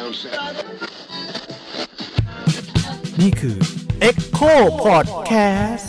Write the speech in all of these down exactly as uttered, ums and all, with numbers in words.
นี่คือ Echo Podcast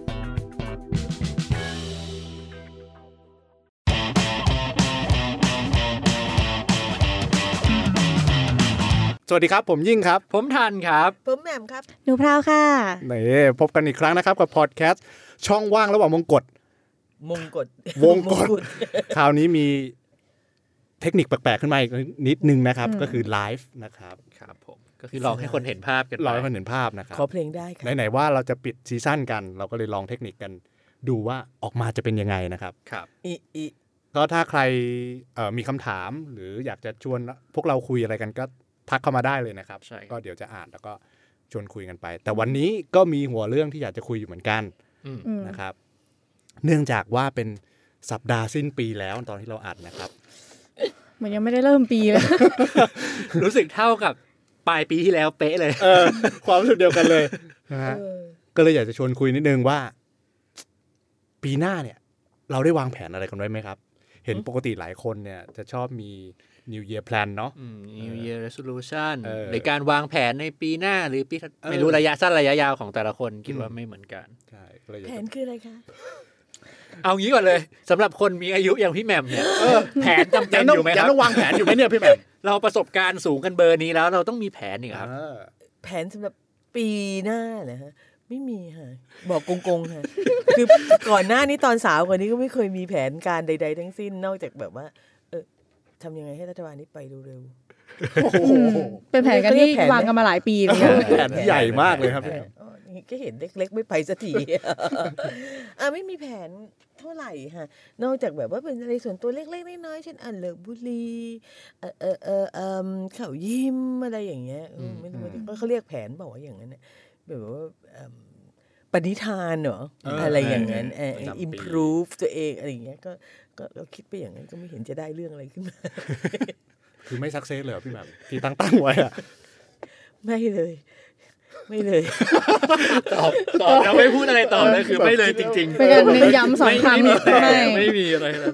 สวัสดีครับผมยิ่งครับผมทันครับผมแหม่มครับหนูพราวค่ะนี่พบกันอีกครั้งนะครับกับพอดแคสต์ช่องว่างระหว่างมงกฎมงกฎวงกฎคราวนี้มีเทคนิคแปลกๆขึ้นมาอีกนิดนึงนะครับก็คือไลฟ์นะครับครับผมก็คือลองให้คนเห็นภาพกันลองให้คนเห็นภาพนะครับขอเพลงได้ค่ะไหนๆว่าเราจะปิดซีซั่นกันเราก็เลยลองเทคนิคกันดูว่าออกมาจะเป็นยังไงนะครับครับอีอีก็ถ้าใครเอ่อมีคำถามหรืออยากจะชวนพวกเราคุยอะไรกันก็ทักเข้ามาได้เลยนะครับก็เดี๋ยวจะอ่านแล้วก็ชวนคุยกันไปแต่วันนี้ก็มีหัวเรื่องที่อยากจะคุยอยู่เหมือนกันนะครับเนื่องจากว่าเป็นสัปดาห์สิ้นปีแล้วตอนที่เราอัดนะครับเหมือนยังไม่ได้เริ่มปีเลยรู้สึกเท่ากับปลายปีที่แล้วเป๊ะเลยเออความรู้สึกเดียวกันเลยนะฮะก็เลยอยากจะชวนคุยนิดนึงว่าปีหน้าเนี่ยเราได้วางแผนอะไรกันไว้ไหมครับเห็นปกติหลายคนเนี่ยจะชอบมี New Year Plan เนาะ New Year Resolution หรือการวางแผนในปีหน้าหรือปีไม่รู้ระยะสั้นระยะยาวของแต่ละคนคิดว่าไม่เหมือนกันใช่แผนคืออะไรคะเอางี้ก่อนเลยสำหรับคนมีอายุอย่างพี่แหม่มเนี่ยแผนจำเป็นอยู่ไหมครับยังต้องวางแผนอยู่ไหมเนี่ยพี่แหม่มเราประสบการณ์สูงกันเบอร์นี้แล้วเราต้องมีแผนอีกครับแผนสำหรับปีหน้าเหรอฮะไม่มีค่ะบอกกงๆค่ะคือก่อนหน้านี้ตอนสาวกว่านี้ก็ไม่เคยมีแผนการใดๆทั้งสิ้นนอกจากแบบว่าเออทำยังไงให้รัฐบาลนี้ไปเร็วๆเป็นแผนกันที่วางกันมาหลายปีเลยแผนใหญ่มากเลยครับก็เห็นเล็กๆไม่ไปสักทีอ่ะไม่มีแผนเท่าไหร่ค่ะนอกจากแบบว่าเป็นอะไรส่วนตัวเล็กๆน้อยๆเช่นอันเลิกบุรีเออเออเออเออเขายิ้มอะไรอย่างเงี้ยไม่รู้เขาเรียกแผนบอกว่าอย่างนั้นเนี่ยแบบว่าปณิธานเหรออะไรอย่างนั้นเออ improve ตัวเองอะไรอย่างเงี้ยก็ก็เราคิดไปอย่างนั้นก็ไม่เห็นจะได้เรื่องอะไรขึ้นมาคือไม่ซักเซสเลยพี่แหม่มที่ตั้งตั้งไว้อะไม่เลยไม่เลยตอบตอบเราไม่พูดอะไรต่อเลยคือไม่เลยจริงๆเป็นการเน้นย้ำสองครั้งไม่ไม่มีอะไรแล้ว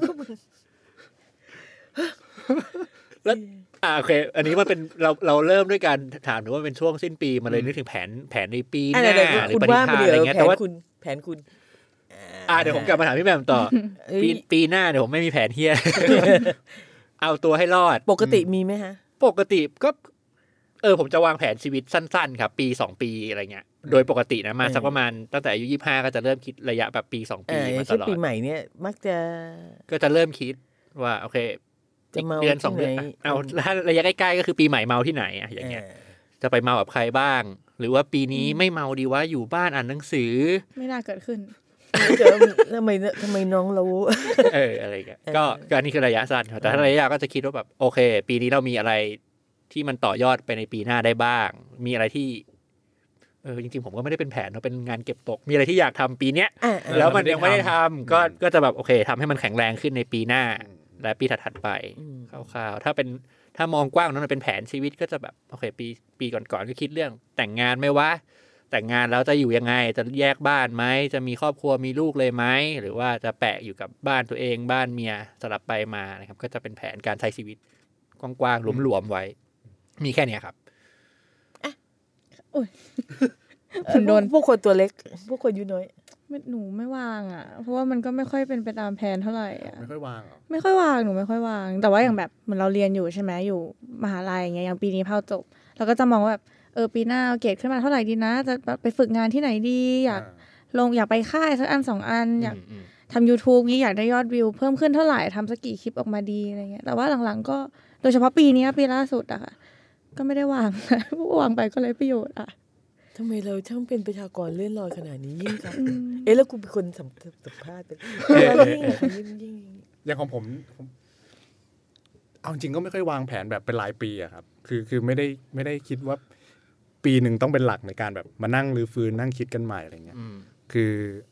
แล้วอ่าโอเคอันนี้มันเป็นเราเราเริ่มด้วยการถามหรือว่าเป็นช่วงสิ้นปีมาเลยนึกถึงแผนแผนในปีหน้าหรือปฏิภาณอะไรเงี้ยแต่ว่าคุณแผนคุณอ่าเดี๋ยวผมกลับมาถามพี่แหม่มต่อปีปีหน้าเดี๋ยวผมไม่มีแผนเฮียเอาตัวให้รอดปกติมีไหมฮะปกติก็เออผมจะวางแผนชีวิตสั้นๆครับปีสองปีอะไรเงี้ยโดยปกตินะมาสักประมาณตั้งแต่อายุยี่สิบห้าก็จะเริ่มคิดระยะแบบปีสองปีมาตลอดปีใหม่เนี่ยมักจะก็จะเริ่มคิดว่าโอเคเดือนสองเดือนเอาถ้าระยะใกล้ๆก็คือปีใหม่เมาที่ไหนอะอย่างเงี้ยจะไปเมากับใครบ้างหรือว่าปีนี้ไม่เมาดีว่าอยู่บ้านอ่านหนังสือไม่น่าเกิดขึ้นทำไมทำไมน้องเราเอออะไรเงี้ยก็ก็นี่คือระยะสั้นแต่ถ้าระยะยาวก็จะคิดว่าแบบโอเคปีนี้เรามีอะไรที่มันต่อยอดไปในปีหน้าได้บ้างมีอะไรที่เออจริงๆผมก็ไม่ได้เป็นแผนเนาะเป็นงานเก็บตกมีอะไรที่อยากทำปีเนี้ยแล้วมันยังไม่ได้ทำก็ก็จะแบบโอเคทำให้มันแข็งแรงขึ้นในปีหน้าและปีถัดๆไปคร่าวๆถ้าเป็นถ้ามองกว้างนั้นเป็นแผนชีวิตก็จะแบบโอเคปีปีก่อนๆก็คิดเรื่องแต่งงานไหมวะแต่งงานแล้วจะอยู่ยังไงจะแยกบ้านไหมจะมีครอบครัวมีลูกเลยไหมหรือว่าจะแปะอยู่กับบ้านตัวเองบ้านเมียสลับไปมานะครับก็จะเป็นแผนการใช้ชีวิตกว้างๆหลวมๆไว้มีแค่นี้ครับอ่ะโอ้ยคุณโดนพวกคนตัวเล็กพวกคนอายุน้อยหนูไม่วางอ่ะเพราะว่ามันก็ไม่ค่อยเป็นไปตามแผนเท่าไหร่อ่ะไม่ค่อยวางหรอไม่ค่อยวางหนูไม่ค่อยวางแต่ว่าอย่างแบบเหมือนเราเรียนอยู่ใช่ไหมอยู่มหาลัยอย่างเงี้ยอย่างปีนี้เพิ่งจบเราก็จะมองว่าแบบเออปีหน้าเอาเกรดขึ้นมาเท่าไหร่ดีนะจะไปฝึกงานที่ไหนดีอยากลงอยากไปค่ายสักอันสองอันอยากทำ YouTube งี้อยากได้ยอดวิวเพิ่มขึ้นเท่าไหร่ทำสักกี่คลิปออกมาดีอะไรเงี้ยแต่ว่าหลังๆก็โดยเฉพาะปีนี้ปีล่าสุดอะค่ะก็ไม่ได้วางวางไปก็เลยประโยชน์อะทำไมเราช่างเป็นประชากรเลื่อนลอยขนาดนี้ยิ่งครับเอ๊ะแล้วกูเป็นคนสัมภาษณ์เป็นยิ่งยิ่งอย่างของผมเอาจริงก็ไม่ค่อยวางแผนแบบเป็นรายปีอะครับคือคือไม่ได้ไม่ได้คิดว่าปีหนึ่งต้องเป็นหลักในการแบบมานั่งรื้อฟื้นนั่งคิดกันใหม่อะไรเงี้ยคือ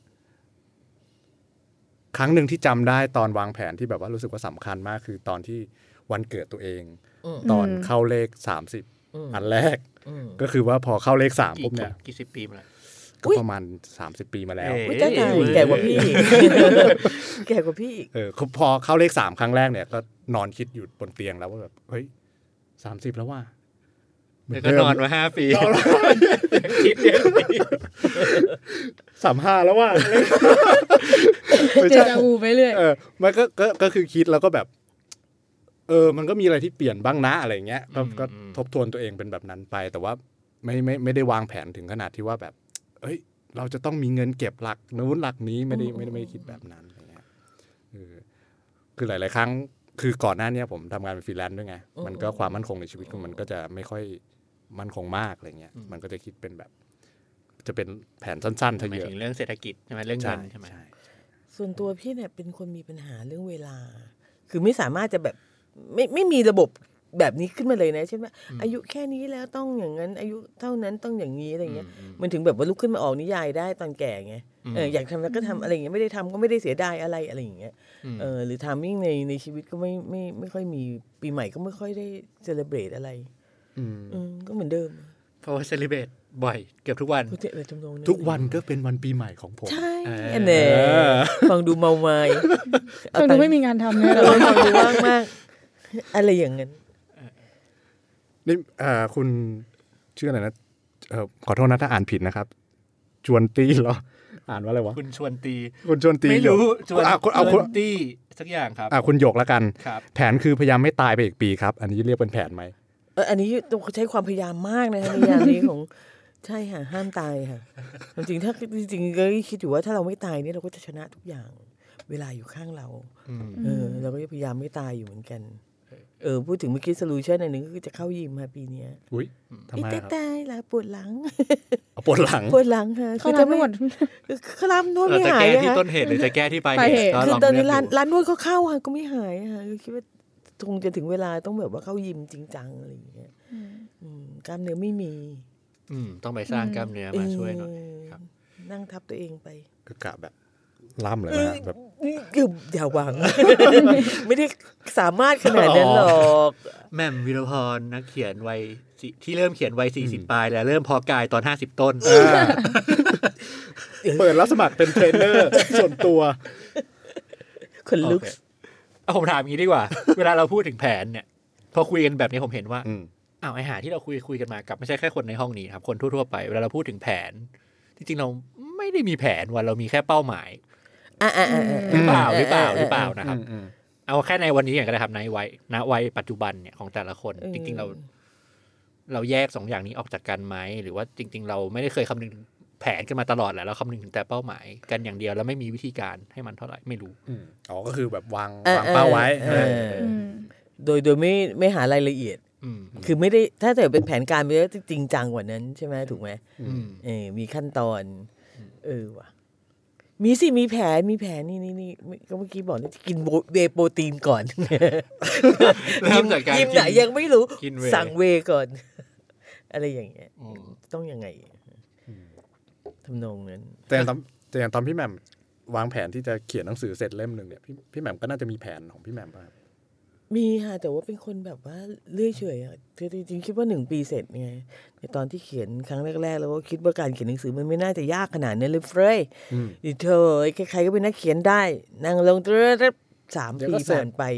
ครั้งหนึ่งที่จำได้ตอนวางแผนที่แบบว่ารู้สึกว่าสำคัญมากคือตอนที่วันเกิดตัวเองตอนเข้าเลขสามสิบอันแรกก็คือว่าพอเข้าเลขสามปุ๊บเนี่ยกี่สิบปีมาแล้วก็ประมาณสามสิบปีมาแล้วอุ๊ยแก่แก่กว่าพี่แก่กว่าพี่เออพอเข้าเลขสามครั้งแรกเนี่ยก็นอนคิดอยู่บนเตียงแล้วว่าแบบเฮ้ยสามสิบแล้วว่าแล้วก็นอนมาห้าปีคิดเรื่องนี้สามห้าแล้วว่าเจออูไปเรื่อยเออมันก็ก็ก็คือคิดแล้วก็แบบเออมันก็มีอะไรที่เปลี่ยนบ้างนะอะไรเงี้ยก็ก็ทบทวนตัวเองเป็นแบบนั้นไปแต่ว่าไม่ไม่ไม่ได้วางแผนถึงขนาดที่ว่าแบบเอ้ยเราจะต้องมีเงินเก็บหลักนู้นหลักนี้ไม่ได้ไม่ได้ไม่ได้คิดแบบนั้นอะไรเงี้ยเออคือหลายๆครั้งคือก่อนหน้านี้ผมทำงานเป็นฟรีแลนซ์ด้วยไงมันก็ความมั่นคงในชีวิตของมันก็จะไม่ค่อยมั่นคงมากอะไรเงี้ยมันก็จะคิดเป็นแบบจะเป็นแผนสั้นๆทะเยอะถึงเรื่องเศรษฐกิจใช่ไหมเรื่องเงินใช่ไหมส่วนตัวพี่เนี่ยเป็นคนมีปัญหาเรื่องเวลาคือไม่สามารถจะแบบไม่ไม่มีระบบแบบนี้ขึ้นมาเลยนะเช่นว่าอายุแค่นี้แล้วต้องอย่างนั้นอายุเท่านั้นต้องอย่างนี้อะไรเงี้ยมันถึงแบบว่าลุกขึ้นมาออกนิยายได้ตอนแก่ไงเอออยากทำแล้วก็ทำอะไรอย่างเงี้ยไม่ได้ทำก็ไม่ได้เสียดายอะไรอะไรอย่างเงี้ยเออหรือทามมิ่งในในชีวิตก็ไม่ไม่ไม่ค่อยมีปีใหม่ก็ไม่ค่อยได้เซเลบรตอะไรอืมก็เหมือนเดิมเพราะว่าเซเลบรตบ่อยเกือบทุกวันทุกวันก็เป็นวันปีใหม่ของผมใช่แน่ฟังดูเมาไม้ฟังดูไม่มีงานทำเลยฟังดูว่างมากอะไรอย่างนั้นนี่คุณชื่ออะไรนะขอโทษนะถ้าอ่านผิดนะครับชวนตีเหรออ่านว่าอะไรวะคุณชวนตีคุณชวนตีไม่รู้ชวนเอาคุณตีสักอย่างครับอ่าคุณหยกแล้วกันแผนคือพยายามไม่ตายไปอีกปีครับอันนี้เรียกเป็นแผนไหมเอออันนี้ต้องใช้ความพยายามมากนะคะในยามนี้ของใช่ค่ะห้ามตายค่ะจริงๆถ้าจริงๆก็คิดอยู่ว่าถ้าเราไม่ตายเนี่ยเราก็จะชนะทุกอย่างเวลาอยู่ข้างเราเออเราก็พยายามไม่ตายอยู่เหมือนกันเออพูดถึงเมื่อกี้โซลูชันอันนึงก็คือจะเข้ายิมค่ะปีนี้อุ้ยทำไมครับตายๆแล้วปวดหลังปวดหลังปวดหลังค่ะคือจะไม่หมดคือร้านนวดไม่หายจะแก้ที่ต้นเหตุหรือจะแก้ที่ปลายเหตุคือตอนนี้ร้านร้านนวดก็เข้าค่ะก็ไม่หายค่ะคิดว่าคงจะถึงเวลาต้องแบบว่าเข้ายิมจริงจังอะไรอย่างเงี้ยกล้ามเนื้อไม่มีต้องไปสร้างกล้ามเนื้อมาช่วยหน่อยครับนั่งทับตัวเองไปคือกะแบบล่ำเลยนะแบบอย่าหวังไม่ได้สามารถขนาดนั้นหรอกแม่มวีรพรนักเขียนวัยที่เริ่มเขียนวัยสี่สิบปลายแล้วเริ่มพอกายตอนห้าสิบต้นเปิดรับสมัครเป็นเทรนเนอร์ส่วนตัวคนลุกเอาผมถามอย่างนี้ดีกว่าเวลาเราพูดถึงแผนเนี่ยพอคุยกันแบบนี้ผมเห็นว่าอ้าวไอ้หาที่เราคุยคุยกันมากับไม่ใช่แค่คนในห้องนี้ครับคนทั่วๆไปเวลาเราพูดถึงแผนจริงๆเราไม่ได้มีแผนว่าเรามีแค่เป้าหมายหรือเปล่าหรือเปล่าหรือเปล่านะครับเอาแค่ในวันนี้อย่างก็ได้ครับในวัยณวัยปัจจุบันเนี่ยของแต่ละคนจริงๆเราเราแยกสองอย่างนี้ออกจากกันไหมหรือว่าจริงๆเราไม่ได้เคยคำนึงถึงแผนกันมาตลอดแหละเราคำนึงถึงแต่เป้าหมายกันอย่างเดียวแล้วไม่มีวิธีการให้มันเท่าไหร่ไม่รู้อ๋อก็คือแบบวางวางเป้าไว้โดยโดยไม่ไม่หารายละเอียดคือไม่ได้ถ้าแต่เป็นแผนการไปแล้วจริงจังกว่านั้นใช่ไหมถูกไหมเออมีขั้นตอนเออว่ะมีสิมีแผนมีแผนนี่นี่นี่ก็เมื่อกี้บอกว่ากินเวย์โปรตีนก่อนยิมยิมไหนยังไม่รู้สั่งเวย์ก่อนอะไรอย่างเงี้ยต้องยังไงทำนองนั้นแต่ตอนแต่อย่างตอนพี่แหม่มวางแผนที่จะเขียนหนังสือเสร็จเล่มหนึ่งเนี่ยพี่พี่แหม่มก็น่าจะมีแผนของพี่แหม่มป่ะมีค่ะแต่ว่าเป็นคนแบบว่าเลื่อยเฉยอ่ะจริงๆคิดว่าหนึ่งปีเสร็จไงในตอนที่เขียนครั้งแรกๆแล้วก็คิดว่าการเขียนหนังสือมันไม่น่าจะยากขนาดนั้นเลยเฟรย์ดิเธอใครๆก็เป็นนักเขียนได้นั่งลงเตอสามปีผ่านไป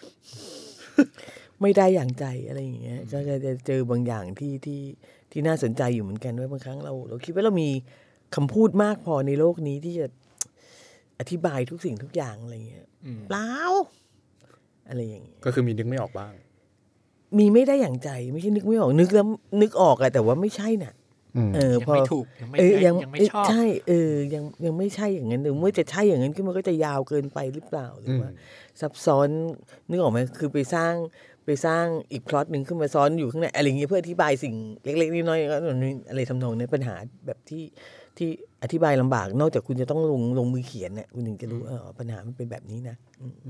ไม่ได้อย่างใจอะไรอย่างเงี้ยก็จะเจอบางอย่างที่ที่ที่น่าสนใจอยู่เหมือนกันว่าบางครั้งเราเราคิดว่าเรามีคำพูดมากพอในโลกนี้ที่จะอธิบายทุกสิ่งทุกอย่างอะไรเงี้ยเปล่าอะไรอย่างเงี้ยก็คือมีนึกไม่ออกบ้างมีไม่ได้อย่างใจไม่ใช่นึกไม่ออกนึกแล้วนึกออกอะแต่ว่าไม่ใช่น่ะเออพอไม่ถูกยังไม่ยังไม่ชอบใช่เออยังยังไม่ใช่อย่างนั้นหรือเมื่อจะใช่อย่างนั้นขึ้นมันก็จะยาวเกินไปหรือเปล่าหรือว่าซับซ้อนนึกออกไหมคือไปสร้างไปสร้างอีกพล็อตนึงขึ้นมาซ้อนอยู่ข้างในอะไรอย่างเงี้ยเพื่ออธิบายสิ่งเล็กๆน้อยๆก็อะไรทำนองนี้ปัญหาแบบที่ที่อธิบายลำบากนอกจากคุณจะต้องลงลงมือเขียนเนี่ยคุณถึงจะรู้เออปัญหามันเป็นแบบนี้นะ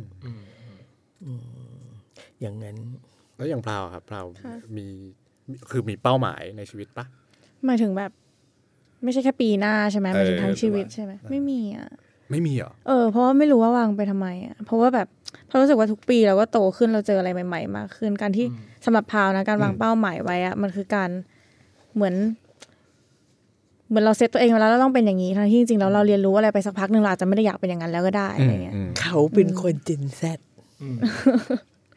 อย่างนั้นแล้วอย่างพราวครับพราวมีคือมีเป้าหมายในชีวิตปะหมายถึงแบบไม่ใช่แค่ปีหน้าใช่ไหมหมายถึงทั้งชีวิตใช่ไหมไม่มีอ่ะไม่มีเหรอเออเพราะว่าไม่รู้ว่าวางไปทำไมอ่ะเพราะว่าแบบเพราะรู้สึกว่าทุกปีเราก็โตขึ้นเราเจออะไรใหม่ๆมากขึ้นการที่สำหรับพราวนะการวางเป้าหมายไว้อ่ะมันคือการเหมือนเหมือนเราเซตตัวเองไว้แล้วเราต้องเป็นอย่างนี้ทั้งที่จริงๆแล้วเราเรียนรู้อะไรไปสักพักนึงเราอาจจะไม่ได้อยากเป็นอย่างนั้นแล้วก็ได้อะไรเงี้ยเขาเป็นคน Gen Z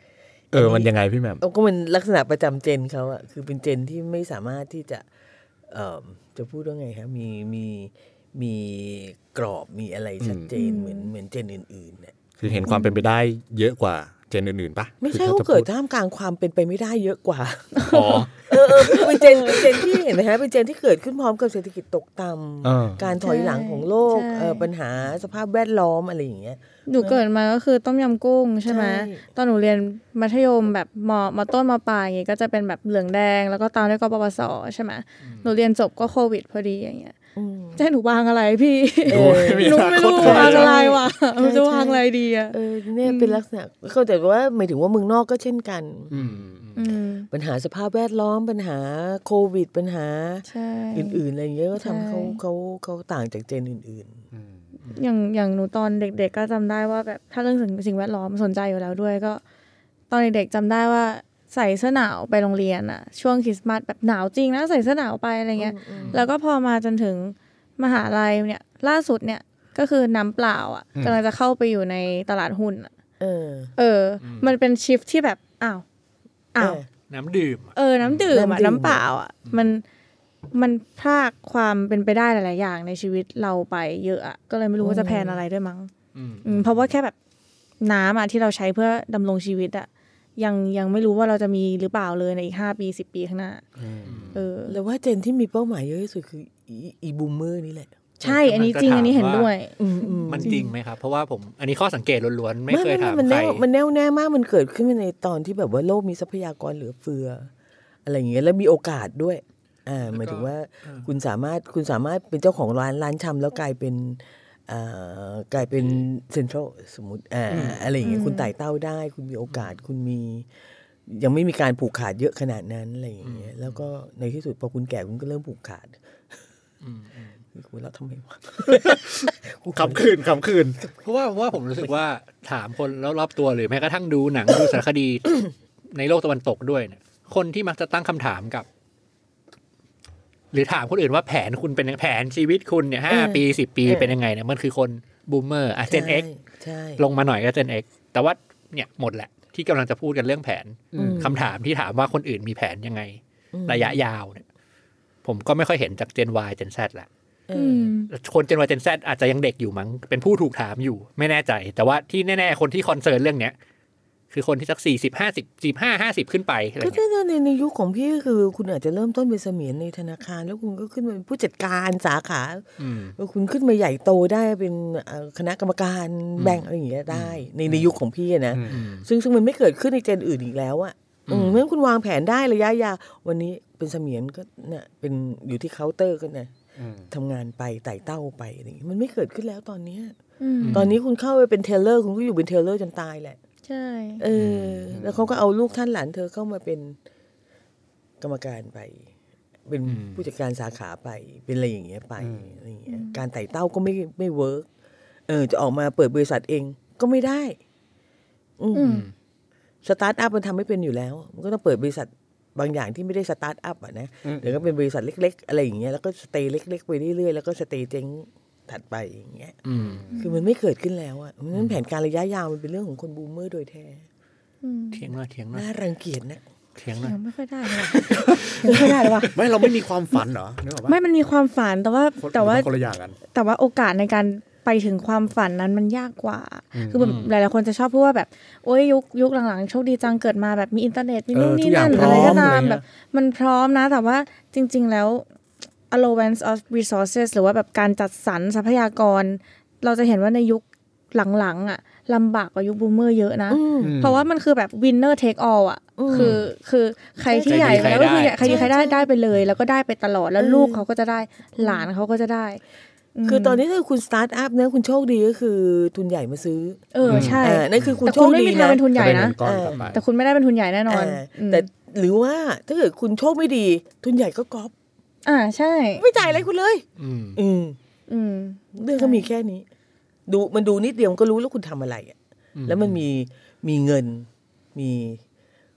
เออมันยังไงพี่แหม่มก็มันลักษณะประจำเจนเขาอะคือเป็นเจนที่ไม่สามารถที่จะเอ่อจะพูดว่าไงครับมีมีมีกรอบมีอะไรชัดเจนเหมือนเหมือนเจนอื่นๆเนี่ยคือเห็นความเป็นไปได้เยอะกว่าเจนอื่นๆปะไม่ใช่เขาเกิดท่ามกลางความเป็นไปไม่ได้เยอะกว่าอ๋อเออเออเป็นเจนเป็นเจนที่เห็นไหมฮะเป็นเจนที่เกิดขึ้นพร้อมกับเศรษฐกิจตกต่ำการถอยหลังของโลกเออปัญหาสภาพแวดล้อมอะไรอย่างเงี้ยหนูเกิดมาก็คือต้มยำกุ้งใช่ไหมตอนหนูเรียนมัธยมแบบมมต้นมปลายอย่างเงี้ยก็จะเป็นแบบเหลืองแดงแล้วก็ตามด้วยกปปสใช่ไหมหนูเรียนจบก็โควิดพอดีอย่างเงี้ยจะให้หนูวางอะไรพี่หนูไม่รู้วางอะไรวะมันจะวางอะไรดีอ่ะเออเนี่ยเป็นลักษณะเข้าใจว่าหมายถึงว่าเมืองนอกก็เช่นกันปัญหาสภาพแวดล้อมปัญหาโควิดปัญหาอื่นๆอะไรอย่างเงี้ยก็ทำเขาเขาเขาต่างจากเจนอื่นๆอย่างอย่างหนูตอนเด็กๆก็จำได้ว่าแบบถ้าเรื่องสิ่งแวดล้อมสนใจอยู่แล้วด้วยก็ตอนเด็กๆจำได้ว่าใส่เสื้อหนาวไปโรงเรียนอ่ะช่วงคริสต์มาสแบบหนาวจริงนะใส่เสื้อหนาวไปอะไรเงี้ยแล้วก็พอมาจนถึงมหาลัยเนี่ยล่าสุดเนี่ยก็คือน้ำเปล่าอ่ะกำลังจะเข้าไปอยู่ในตลาดหุ้นอ่ะเออเออมันเป็นชิฟที่แบบอ้าวอ้าวน้ำดื่มเออน้ำดื่มอ่ะน้ำเปล่าอ่ะมันมันพรากความเป็นไปได้หลายๆอย่างในชีวิตเราไปเยอะอ่ะก็เลยไม่รู้ว่าจะแพลนอะไรด้วยมั้งเพราะว่าแค่แบบน้ำอ่ะที่เราใช้เพื่อดำรงชีวิตอ่ะยังยังไม่รู้ว่าเราจะมีหรือเปล่าเลยในอีกห้าปีสิบปีข้างหน้าเออแล้วว่าเจนที่มีเป้าหมายเยอะที่สุดคืออีบูมเมอร์นี่แหละใช่อันนี้จริงอันนี้เห็นด้วยมันจริงไหมครับเพราะว่าผมอันนี้ข้อสังเกตล้วนๆไม่เคยถามใครมันแน่วแน่มากมันเกิดขึ้นในตอนที่แบบว่าโลกมีทรัพยากรเหลือเฟืออะไรอย่างเงี้ยแล้วมีโอกาสด้วยอ่าหมายถึงว่าคุณสามารถคุณสามารถเป็นเจ้าของร้านร้านชำแล้วกลายเป็นอ่ากลายเป็นเซ็นทรัลสมมุติอ่าอะไรอย่างเงี้ยคุณไต่เต้าได้คุณมีโอกาสคุณมียังไม่มีการผูกขาดเยอะขนาดนั้นอะไรอย่างเงี้ยแล้วก็ในที่สุดพอคุณแก่คุณก็เริ่มผูกขาดคุณแล้วทำไมวะคำคืนคำคืนเพราะว่าเพราะว่าผมรู้สึกว่าถามคนแล้วรอบตัวหรือแม้กระทั่งดูหนังดูสารคดี ในโลกตะวันตกด้วยเนี่ยคนที่มักจะตั้งคำถามกับหรือถามคนอื่นว่าแผนคุณเป็นแผนชีวิตคุณเนี่ยห้าปีสิบปีเป็นยังไงเนี่ยมันคือคนบูมเมอร์อ่ะเจน X ลงมาหน่อยก็เจน X แต่ว่าเนี่ยหมดแหละที่กำลังจะพูดกันเรื่องแผนคำถามที่ถามว่าคนอื่นมีแผนยังไงระยะยาวเนี่ยผมก็ไม่ค่อยเห็นจากเจน Y เจน Z แหละคนเจน Y เจน Z อาจจะยังเด็กอยู่มั้งเป็นผู้ถูกถามอยู่ไม่แน่ใจแต่ว่าที่แน่ๆคนที่คอนเซิร์นเรื่องเนี้ยคือคนที่สักสี่สิบห้าสิบสี่ห้าห้าสิบขึ้นไปอะไรก็ในในยุคของพี่ก็คือคุณอาจจะเริ่มต้นเป็นเสมียนในธนาคารแล้วคุณก็ขึ้นมาเป็นผู้จัดการสาขาคุณขึ้นมาใหญ่โตได้เป็นคณะกรรมการแบ่งอะไรอย่างเงี้ยได้ในในยุคของพี่นะซึ่งซึ่งมันไม่เกิดขึ้นในเจนอื่นอีกแล้วอ่ะเมื่อคุณวางแผนได้ระยะยาววันนี้เป็นเสมียนก็เนี่ยเป็นอยู่ที่เคาน์เตอร์ก็เนี่ยทำงานไปไต่เต้าไปอะไรอย่างเงี้ยมันไม่เกิดขึ้นแล้วตอนนี้ตอนนี้คุณเข้าไปเป็นเทเลอร์คุณก็อยู่เป็นเทเลอร์จนตายแหละใช่เออแล้วเขาก็เอาลูกท่านหลานเธอเข้ามาเป็นกรรมการไปเป็นผู้จัดการสาขาไปเป็นอะไรอย่างเงี้ยไปอะไรอย่างเงี้ยการไต่เต้าก็ไม่ไม่เวิร์กเออจะออกมาเปิดบริษัทเองก็ไม่ได้อืมสตาร์ทอัพมันทำไม่เป็นอยู่แล้วมันก็ต้องเปิดบริษัทบางอย่างที่ไม่ได้สตาร์ทอัพอ่ะนะเดี๋ยวก็เป็นบริษัทเล็กๆอะไรอย่างเงี้ยแล้วก็สเตย์เล็กๆไปเรื่อยๆแล้วก็สเตย์เจ๊งถัดไปอย่างเงี้ยคือมันไม่เกิดขึ้นแล้วอ่ะนั้นแผนการระยะยาวมันเป็นเรื่องของคนบูมเมอร์โดยแท้เถียงหน่อยเถียงหน่อยน่ารังเกียจนะเถียงหน่อยไม่ค่อยได้เลยไม่ค่อยได้หรอวะไม่เราไม่มีความฝันเหรอไม่มันมีความฝันแต่ว่าแต่ว่าคนละอย่างกันแต่ว่าโอกาสในการไปถึงความฝันนั้นมันยากกว่าคือแบบหลายๆคนจะชอบพูดว่าแบบโอ้ยยุคยุคหลังๆโชคดีจังเกิดมาแบบมีอินเทอร์เน็ตมีนู่นนี่นั่นอะไรก็ตามแบบมันพร้อมนะแต่ว่าจริงๆแล้ว allowance of resources หรือว่าแบบการจัดสรรทรัพยากรเราจะเห็นว่าในยุคหลังๆอ่ะลำบากกว่ายุคบูมเมอร์เยอะนะเพราะว่ามันคือแบบ winner take all อ่ะคือคือใครที่ใหญ่แล้วก็คือใครที่ใครได้ได้ไปเลยแล้วก็ได้ไปตลอดแล้วลูกเขาก็จะได้หลานเขาก็จะได้คือตอนนี้ถ้าคุณสตาร์ทอัพเนี่ยคุณโชคดีก็คือทุนใหญ่มาซื้อเออใช่นั่นคือคุณโชคดีนะแต่คุณไม่มีทางเป็นทุนใหญ่นะแต่คุณไม่ได้เป็นทุนใหญ่แน่นอนแต่หรือว่าถ้าเกิดคุณโชคไม่ดีทุนใหญ่ก็ก๊อปอ่าใช่ไม่จ่ายอะไรคุณเลยอืมอืมอืมเรื่องก็มีแค่นี้ดูมันดูนิดเดียวก็รู้แล้วคุณทำอะไรอ่ะแล้วมันมีมีเงินมีค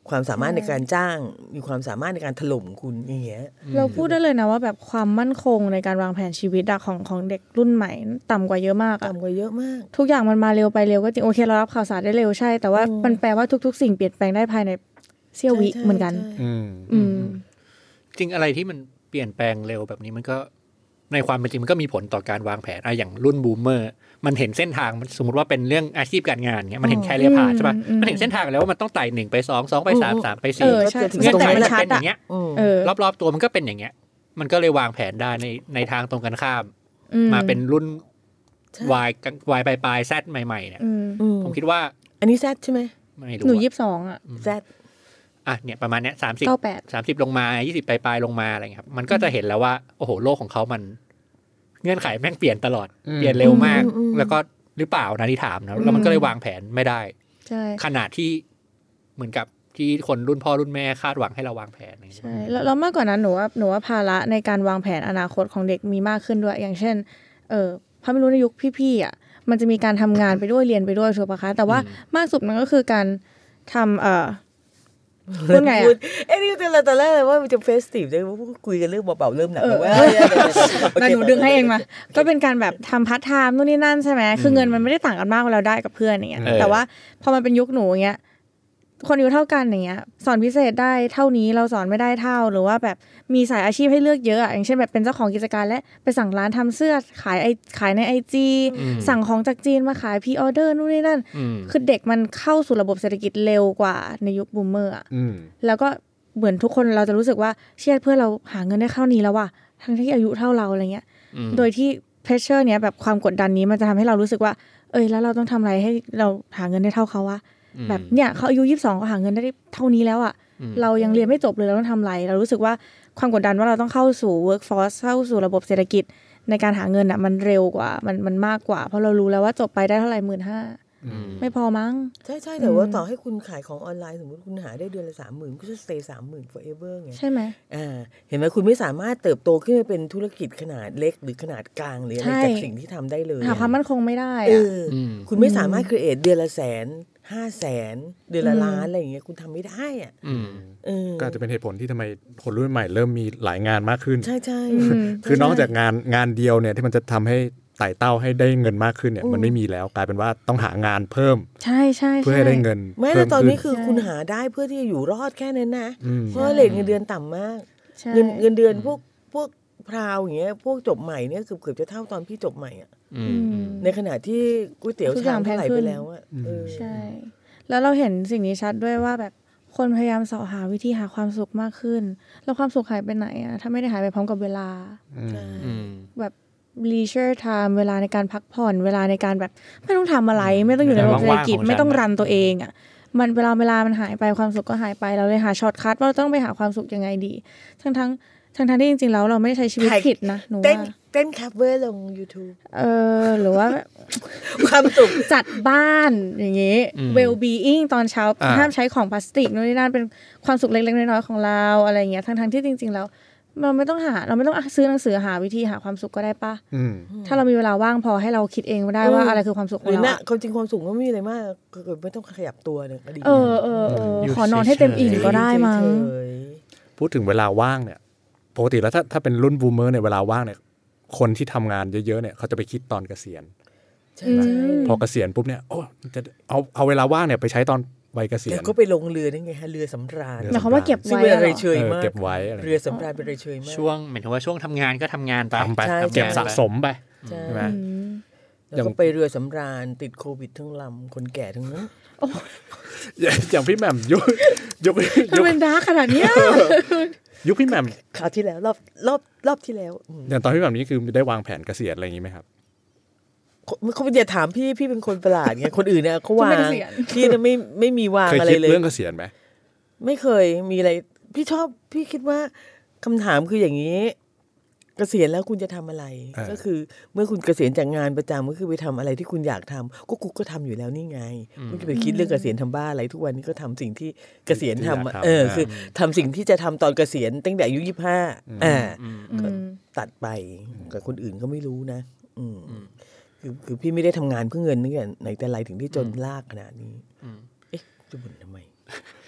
ความสามารถในการจ้างมีความสามารถในการถล่มคุณอย่างเงี้ยเราพูดได้เลยนะว่าแบบความมั่นคงในการวางแผนชีวิตอะของของเด็กรุ่นใหม่ต่ำกว่าเยอะมากอะต่ำกว่าเยอะมากทุกอย่างมันมาเร็วไปเร็วก็จริงโอเคเรารับข่าวสารได้เร็วใช่แต่ว่ามันแปลว่าทุกๆสิ่งเปลี่ยนแปลงได้ภายในเสี้ยววิเหมือนกันอืมจริงอะไรที่มันเปลี่ยนแปลงเร็วแบบนี้มันก็ในความเป็นจริงมันก็มีผลต่อการวางแผนอะอย่างรุ่นบูมเมอร์มันเห็นเส้นทางมันสมมติว่าเป็นเรื่องอาชีพการงานเงี้ยมันเห็นแคเรียร์พาธใช่ป่ะมันเห็นเส้นทางแล้วว่ามันต้องไต่หนึ่งไปสองสองไปสามสามไปสี่เงื่อนไขมันเป็นอย่างเงี้ยรอบๆตัวมันก็เป็นอย่างเงี้ยมันก็เลยวางแผนได้ในในทางตรงกันข้ามมาเป็นรุ่นวายวายปลายแซดใหม่ๆเนี่ยผมคิดว่าอันนี้แซดใช่ไหมไม่รู้หนูยี่สิบสองอ่ะแซดอ่ะเนี่ยประมาณเนี้ยสามสิบสามสิบลงมายี่สิบปลายๆลงมาอะไรเงี้ยครับมันก็จะเห็นแล้วว่าโอ้โหโลกของเขามันเงื่อนไขแม่งเปลี่ยนตลอดเปลี่ยนเร็วมากแล้วก็หรือเปล่านะที่ถามนะแล้วมันก็เลยวางแผนไม่ได้ขนาดที่เหมือนกับที่คนรุ่นพ่อรุ่นแม่คาดหวังให้เราวางแผนใช่แล้วมากกว่านั้นหนูว่าหนูว่าภาระในการวางแผนอนาคตของเด็กมีมากขึ้นด้วยอย่างเช่นเออพอไม่รู้ในยุคพี่ๆอ่ะมันจะมีการทำงานไปด้วยเรียนไปด้วยถูกปะคะแต่ว่ามากสุดมันก็คือการทำเอ่อพูดไงอ่ะเอ้ยนี่ตอนแรกตอนแรกเลยว่ามันจะเฟสติฟได้คุยกันเรื่องเบาๆเริ่มหนักแล้วว่าหนูดึงให้เองมาก็เป็นการแบบทำพาร์ทไทม์นู่นนี่นั่นใช่ไหมคือเงินมันไม่ได้ต่างกันมากเวลาได้กับเพื่อนอย่างเงี้ยแต่ว่าพอมันเป็นยุคหนูอย่างเงี้ยคนอายุเท่ากันอย่างเงี้ยสอนพิเศษได้เท่านี้เราสอนไม่ได้เท่าหรือว่าแบบมีสายอาชีพให้เลือกเยอะอย่างเช่นแบบเป็นเจ้าของกิจการและไปสั่งร้านทำเสื้อขายไอขายใน ไอ จี สั่งของจากจีนมาขายพรีออเดอร์นู่นนี่นั่นคือเด็กมันเข้าสู่ระบบเศรษฐกิจเร็วกว่าในยุคบูมเมอร์อ่ะแล้วก็เหมือนทุกคนเราจะรู้สึกว่าเชื่อเพื่อเราหาเงินได้เท่านี้แล้วว่ะทั้งที่อายุเท่าเราอะไรเงี้ยโดยที่เพรสเชอร์เนี้ยแบบความกดดันนี้มันจะทำให้เรารู้สึกว่าเอ้ยแล้วเราต้องทำอะไรให้เราหาเงินได้เท่าเขาวะแบบเนี่ยเขาอายุยี่สิบสองก็หาเงินได้เท่านี้แล้วอ่ะเรายังเรียนไม่จบเลยเราต้องทำอะไรเรารู้สึกว่าความกดดันว่าเราต้องเข้าสู่ workforce เข้าสู่ระบบเศรษฐกิจในการหาเงินอ่ะมันเร็วกว่ามันมันมากกว่าเพราะเรารู้แล้วว่าจบไปได้เท่าไหร่หมื่นห้าไม่พอมั้งใช่ใช่แต่ว่าต่อให้คุณขายของออนไลน์สมมติคุณหาได้เดือนละสามหมื่นก็จะ stay สามหมื่น forever ไงใช่ไหมอ่าเห็นไหมคุณไม่สามารถเติบโตขึ้นไปเป็นธุรกิจขนาดเล็กหรือขนาดกลางหรืออะไรจากสิ่งที่ทำได้เลยหาความมั่นคงไม่ได้เออคุณไม่สามารถ create เดือนละแสนห้าแสนเดือนละล้านอะไรอย่างเงี้ยคุณทำไม่ได้อ่ะก็จะเป็นเหตุผลที่ทำไมคนรุ่นใหม่เริ่มมีหลายงานมากขึ้นใช่ใช่คือนอกจากงานงานเดียวเนี่ยที่มันจะทำให้ไต่เต้าให้ได้เงินมากขึ้นเนี่ยมันไม่มีแล้วกลายเป็นว่าต้องหางานเพิ่มใช่ใช่เพื่อให้ได้เงินไม่แต่ตอนนี้คือคุณหาได้เพื่อที่จะอยู่รอดแค่นั้นนะเพราะเรทเงินเดือนต่ำมากเงินเงินเดือนพวกพวกพราวอย่างเงี้ยพวกจบใหม่เนี่ยเกือบเกือบจะเท่าตอนพี่จบใหม่อ่ะในขณะที่ก๋วยเตี๋ยวชามเท่าไหร่ไปแล้วอ่ะใช่แล้วเราเห็นสิ่งนี้ชัดด้วยว่าแบบคนพยายามเสาะหาวิธีหาความสุขมากขึ้นแล้วความสุขหายไปไหนอ่ะถ้าไม่ได้หายไปพร้อมกับเวลาแบบ leisure time เวลาในการพักผ่อนเวลาในการแบบไม่ต้องทำอะไรไม่ต้องอยู่ในระบบเศรษฐกิจไม่ต้องรันตัวเองอ่ะมันเวลาเวลามันหายไปความสุขก็หายไปเราเลยหาช็อตคัทว่าเราต้องไปหาความสุขยังไงดีทั้งทั้งทั้งทั้งที่จริงๆแล้วเราไม่ได้ใช้ชีวิตผิดนะหนูว่าเต้นคัฟเวอร์ลง YouTube เออหรือว่าความสุขจัดบ้านอย่างงี้ well being ตอนเช้าห้ามใช้ของพลาสติกนู่นนี่นั่นเป็นความสุขเล็กๆน้อยๆของเราอะไรอย่างเงี้ยทั้งๆที่จริงๆแล้วเราไม่ต้องหาเราไม่ต้องซื้อหนังสือหาวิธีหาความสุขก็ได้ป่ะถ้าเรามีเวลาว่างพอให้เราคิดเองได้ว่าอะไรคือความสุขของเราความจริงความสุขไม่มีอะไรมากก็ไม่ต้องขยับตัวเนี่ยก็ดีเออเออเออขอนอนให้เต็มอิ่มก็ได้มั้งพูดถึงเวลาว่างเนี่ยปกติแล้วถ้าถ้าเป็นรุ่นบูมเมอร์เนี่ยเวลาว่างเนี่ยคนที่ทำงานเยอะๆเนี่ยเขาจะไปคิดตอนเกษียณพอเกษียณปุ๊บเนี่ยโอ้จะเอาเอาเวลาว่างเนี่ยไปใช้ตอนวัยเกษียณก็ไปลงเรือนี่ไงฮะเรือสำราญหมายความว่าเก็บไว้อะไรเชยมากเก็บไว้เรือสำราญเป็นอะไรเชยมากช่วงหมายถึงว่าช่วงทำงานก็ทำงานไปเก็บสะสมไปใช่ไหมแล้วก็ไปเรือสำราญติดโควิดทั้งลำคนแก่ทั้งนั้นอย่างพี่แหม่มยุคยุคยุคเป็นดาร์กขนาดนี้ยุคพี่แหม่มคราวที่แล้วรอบรอบรอบที่แล้วอย่างตอนพี่แหม่มนี้คือได้วางแผนเกษียณอะไรอย่างนี้ไหมครับเขาอย่าถามพี่พี่เป็นคนประหลาดไงคนอื่นเนี่ยเขาวางพี่เนี่ยไม่ไม่มีวางอะไรเลยเคยคิดเรื่องเกษียณไหมไม่เคยมีอะไรพี่ชอบพี่คิดว่าคำถามคืออย่างนี้เกษียณแล้วคุณจะทำอะไรก็คือเมื่อคุณเกษียณจากงานประจำก็คือไปทำอะไรที่คุณอยากทำก็กูก็ทำอยู่แล้วนี่ไงไม่จะไปคิดเรื่องเกษียณทำบ้าอะไรทุกวันนี้ก็ทำสิ่งที่เกษียณทำเออคือทำสิ่งที่จะทำตอนเกษียณตั้งแต่อายุยี่สิบห้าอ่าก็ตัดไปกับคนอื่นก็ไม่รู้นะอืมคือคือพี่ไม่ได้ทำงานเพื่อเงินนี่ไงไหนแต่ไรถึงที่จนลากขนาดนี้เอ๊ะจะบ่นทำไม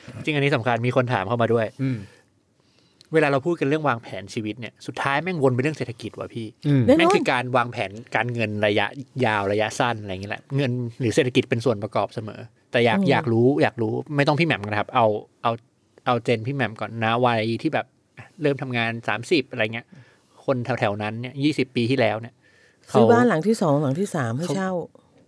จริงอันนี้สำคัญมีคนถามเข้ามาด้วยเวลาเราพูดกันเรื่องวางแผนชีวิตเนี่ยสุดท้ายแม่งวนไปเรื่องเศรษฐกิจว่ะพี่แม่งคือการวางแผนการเงินระยะยาวระยะสั้นอะไรอย่างเงี้ยแหละเงินหรือเศรษฐกิจเป็นส่วนประกอบเสมอแต่อยากอยากรู้อยากรู้ไม่ต้องพี่แหม่มนะครับเอาเอาเอาเจนพี่แหม่มก่อนนะวัยที่แบบเริ่มทำงานสามสิบอะไรเงี้ยคนแถวๆนั้นเนี่ยยี่สิบปีที่แล้วเนี่ยซื้อบ้านหลังที่สองหลังที่สามให้เช่า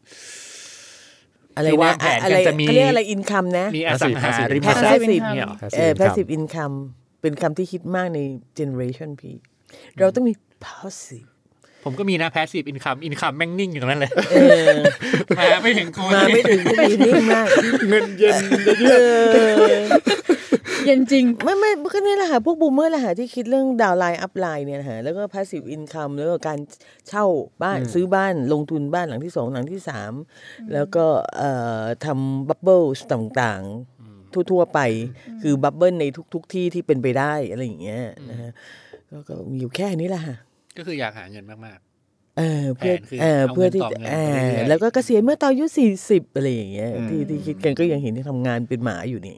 อะไรนะอะไรเขาเรียกอะไรอินคัมนะมีอสังหาริมทรัพย์เนี่ยเออ passive income เป็นคำที่ฮิตมากใน generation พี่เราต้องมี passive ผมก็มีนะ passive income income แม่งนิ่งอยู่ตรงนั้นเลยมาไม่ถึงคนมาไม่ถึงก็มีนิ่งมากเงินเย็นเยอะเย็นจริงไม่ไม่ก็นี่แหละค่ะพวกบูมเมอร์แหละค่ะที่คิดเรื่องดาวน์ไลน์อัพไลน์เนี่ยนะฮะแล้วก็ passive income แล้วก็การเช่าบ้านซื้อบ้านลงทุนบ้านหลังที่สองหลังที่สามแล้วก็เอ่อทำบับเบิ้ลต่างๆทั่วๆไปคือบับเบิ้ลในทุกๆที่ที่เป็นไปได้อะไรอย่างเงี้ยนะฮะก็มีอยู่แค่นี้แหละค่ะก็คืออยากหาเงินมากๆเออเพื่อเออเพื่อที่จะเออแล้วก็เกษียณเมื่อตอนอายุสี่สิบอะไรอย่างเงี้ยที่ที่คิดกันก็ยังเห็นที่ทำงานเป็นหมาอยู่นี่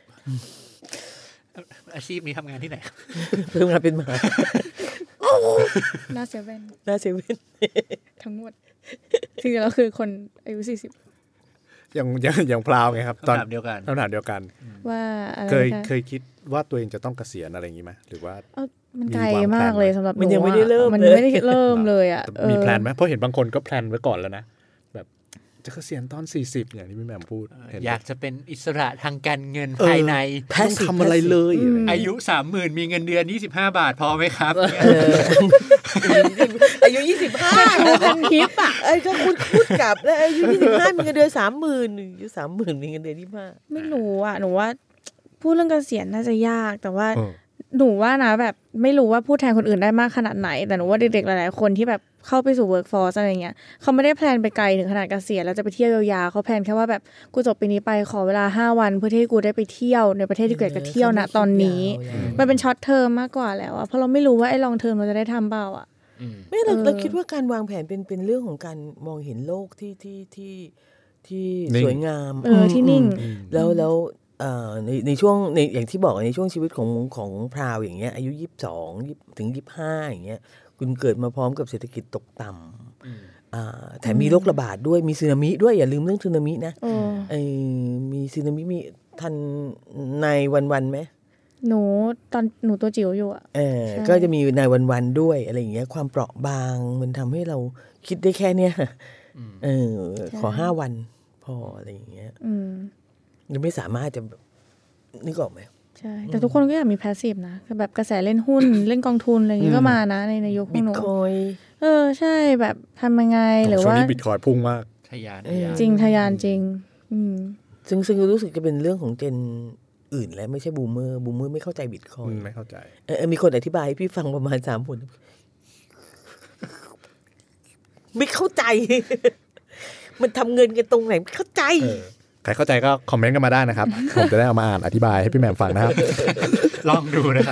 อาชีพนี้ทำงานที่ไหนเพิ่งมาเป็นหมาหน้าเซเว่นหน้าเซเว่นทั้งหมดที่เราคือคนอายุสี่สิบอย่างอย่างอย่างพราวไงครับตอนเดียวกันคำถามเดียวกันว่าเคยเคยคิดว่าตัวเองจะต้องเกษียณอะไรอย่างนี้ไหมหรือว่ามันไกลมากเลยสำหรับมันยังไม่ได้เริ่มมันไม่ได้เริ่มเลยอ่ะมีแพลนไหมเพราะเห็นบางคนก็แพลนไว้ก่อนแล้วนะแบบจะเกษียณตอนสี่สิบอย่างที่พี่แหม่มพูดอยากจะเป็นอิสระทางการเงินภายในต้องทำอะไรเลยอายุ สามหมื่น มีเงินเดือนยี่สิบห้าบาทพอไหมครับอายุยี่สิบห้าเป็นทิปอ่ะไอ้ก็คุณพูดกับแล้วอายุยี่สิบห้ามีเงินเดือน สามหมื่น อายุ สามหมื่น มีเงินเดือนยี่สิบห้าไม่รู้อ่ะหนูว่าพูดเรื่องเกษียณน่าจะยากแต่ว่าหนูว่านะแบบไม่รู้ว่าพูดแทนคนอื่นได้มากขนาดไหนแต่หนูว่าเด็กๆหลายๆคนที่แบบเข้าไปสู่ workforce อะไรเงี้ยเขาไม่ได้แพลนไปไกลถึงขนาดเกษียณแล้วจะไปเที่ยวยาวๆเขาแพลนแค่ว่าแบบกูจบปีนี้ไปขอเวลาห้าวันเพื่อที่กูได้ไปเที่ยวในประเทศที่กูอยากจะเที่ยวณตอนนี้มันเป็นช็อตเทอมมากกว่าแล้วอะเพราะเราไม่รู้ว่าไอ้ลองเทอมเราจะได้ทำเปล่าอะไม่เราเราคิดว่าการวางแผนเป็นเป็นเรื่องของการมองเห็นโลกที่ที่ที่ที่สวยงามเออที่นิ่งแล้วแล้วในในช่วงในอย่างที่บอกในช่วงชีวิตของของพราวอย่างเงี้ยอายุยี่สิบสองถึงยี่สิบห้าอย่างเงี้ยคุณเกิดมาพร้อมกับเศรษฐกิจตกต่ำแถมมีโรคระบาดด้วยมีสึนามิด้วยอย่าลืมเรื่องสึนามินะมีสึนามิมีทันในวันๆไหมหนูตอนหนูตัวจิ๋วอยู่อ่ะเออก็จะมีในวันๆด้วยอะไรอย่างเงี้ยความเปราะบางมันทำให้เราคิดได้แค่เนี้ยเออขอห้าวันพออะไรอย่างเงี้ยยังไม่สามารถจะนึกออกไหมใช่แต่ทุกคนก็อยากมีแพสซีฟนะแบบกระแสเล่นหุ้น เล่นกองทุนอะไรอย่างงี้ก็มานะในในยุคของหนูบิตคอยเออใช่แบบทำยังไงหรือว่าช่วงนี้บิตคอยพุ่งมากทะยานจริงทะยานจริงอืมซึ่งซึ่งรู้สึกจะเป็นเรื่องของเจนอื่นแล้วไม่ใช่บูมเมอร์บูมเมอร์ไม่เข้าใจบิตคอยไม่เข้าใจเออมีคนอธิบายให้พี่ฟังประมาณสามคนไม่เข้าใจมันทำเงินกันตรงไหนไม่เข้าใจใครเข้าใจก็คอมเมนต์กันมาได้นะครับผมจะได้เอามาอ่านอธิบายให้พี่แหม่มฟังนะครับลองดูนะครับ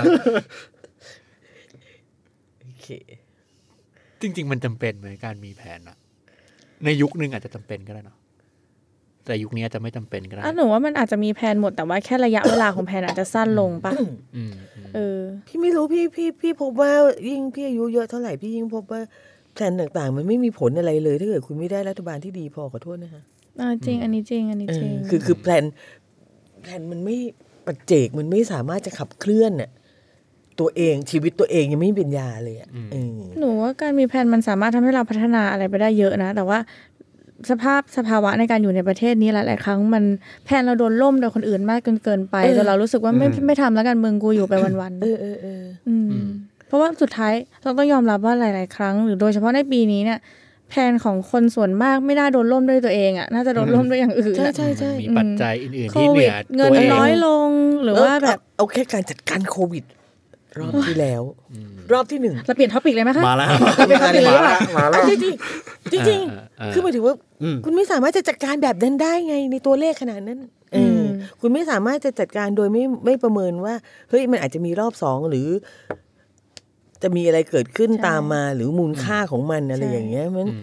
โอเคจริงๆมันจำเป็นเหมือนการมีแผนอะในยุคนึงอาจจะจำเป็นก็ได้เนาะแต่ยุคนี้อาจจะไม่จำเป็นก็ได้อ่ะหนูว่ามันอาจจะมีแผนหมดแต่ว่าแค่ระยะเวลาของแผนอาจจะสั้นลงป่ะเออพี่ไม่รู้พี่พี่พี่พบว่ายิ่งพี่อายุเยอะเท่าไหร่พี่ยิ่งพบว่าแผนต่างๆมันไม่มีผลอะไรเลยถ้าเกิดคุณไม่ได้รัฐบาลที่ดีพอขอโทษนะคะอ่าจริงอันนี้จริงอันนี้จริงคือคือแผนแผนมันไม่ปัจเจกมันไม่สามารถจะขับเคลื่อนน่ะตัวเองชีวิตตัวเองยังไม่เป็นยาเลยอ่ะหนูว่าการมีแผนมันสามารถทำให้เราพัฒนาอะไรไปได้เยอะนะแต่ว่าสภาพสภาวะในการอยู่ในประเทศนี้หลายๆครั้งมันแผนเราโดนล่มโดยคนอื่นมากเกินเกินไปจนเรารู้สึกว่าไม่ไม่ทำแล้วกันมึงกูอยู่ไปวันๆเออเออเออเพราะว่าสุดท้ายเราต้องยอมรับว่าหลายๆครั้งหรือโดยเฉพาะในปีนี้เนี่ยแผนของคนส่วนมากไม่น่าโดนล่มด้วยตัวเองอ่ะน่าจะโดนล่มด้วยอย่างอื่นใช่ใช่ใช่มีปัจจัยอื่นๆที่เหนือเงินน้อยลงหรือว่าแบบเอาแค่การจัดการโควิดรอบที่แล้วรอบที่หนึ่งเราเปลี่ยนท็อปิกเลยไหมคะมาแล้วเราเปลี่ยนท็อปิกเลยมาแล้วจริงจริงจริงคือหมายถึงว่าคุณไม่สามารถจะจัดการแบบนั้นได้ไงในตัวเลขขนาดนั้นเออคุณไม่สามารถจะจัดการโดยไม่ไม่ประเมินว่าเฮ้ยมันอาจจะมีรอบสองหรือจะมีอะไรเกิดขึ้นตามมาหรือมูลค่าของมันอะไรอย่างเงี้ยมัน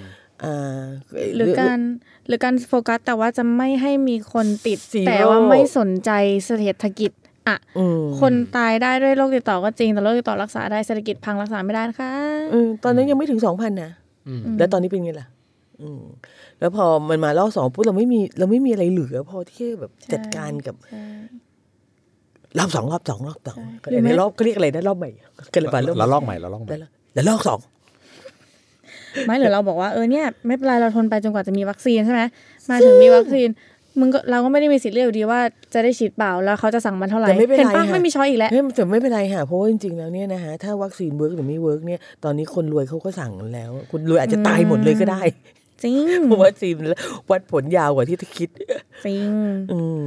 หรือการหรือการโฟกัสแต่ว่าจะไม่ให้มีคนติดแต่ว่าไม่สนใจเศรษฐกิจอ่ะคนตายได้ด้วยโรคติดต่อก็จริงแต่โรคติดต่อรักษาได้เศรษฐกิจพังรักษาไม่ได้นะคะตอนนั้นยังไม่ถึง สองพัน นะแล้วตอนนี้เป็นไงล่ะแล้วพอมันมารอบสองปุ๊บเราไม่มีเราไม่มีอะไรเหลือพอที่แบบจัดการกับรอบสองรอบสองรอบสองในรอบก็เรียกอะไรนะรอบใหม่กันเลยป่ะแล้วรอบใหม่แล้วรอบใหม่แล้วรอบสองไม่หรือเราบอกว่าเออเนี่ยไม่เป็นไรเราทนไปจนกว่าจะมีวัคซีนใช่ไหมมาถึงมีวัคซีนมึงก็เราก็ไม่ได้มีสิทธิ์เลือกอยู่ดีว่าจะได้ฉีดเปล่าแล้วเขาจะสั่งมันเท่าไหร่เห็นป่ะไม่มีช้อยอีกแล้วแต่ไม่เป็นไรค่ะเพราะว่าจริงๆแล้วเนี่ยนะฮะถ้าวัคซีนเวิร์กหรือไม่เวิร์กเนี่ยตอนนี้คนรวยเขาก็สั่งกันแล้วคนรวยอาจจะตายหมดเลยก็ได้จริงเพราะว่าวัคซีนวัดผลยาวกว่าที่คิดจริงอืม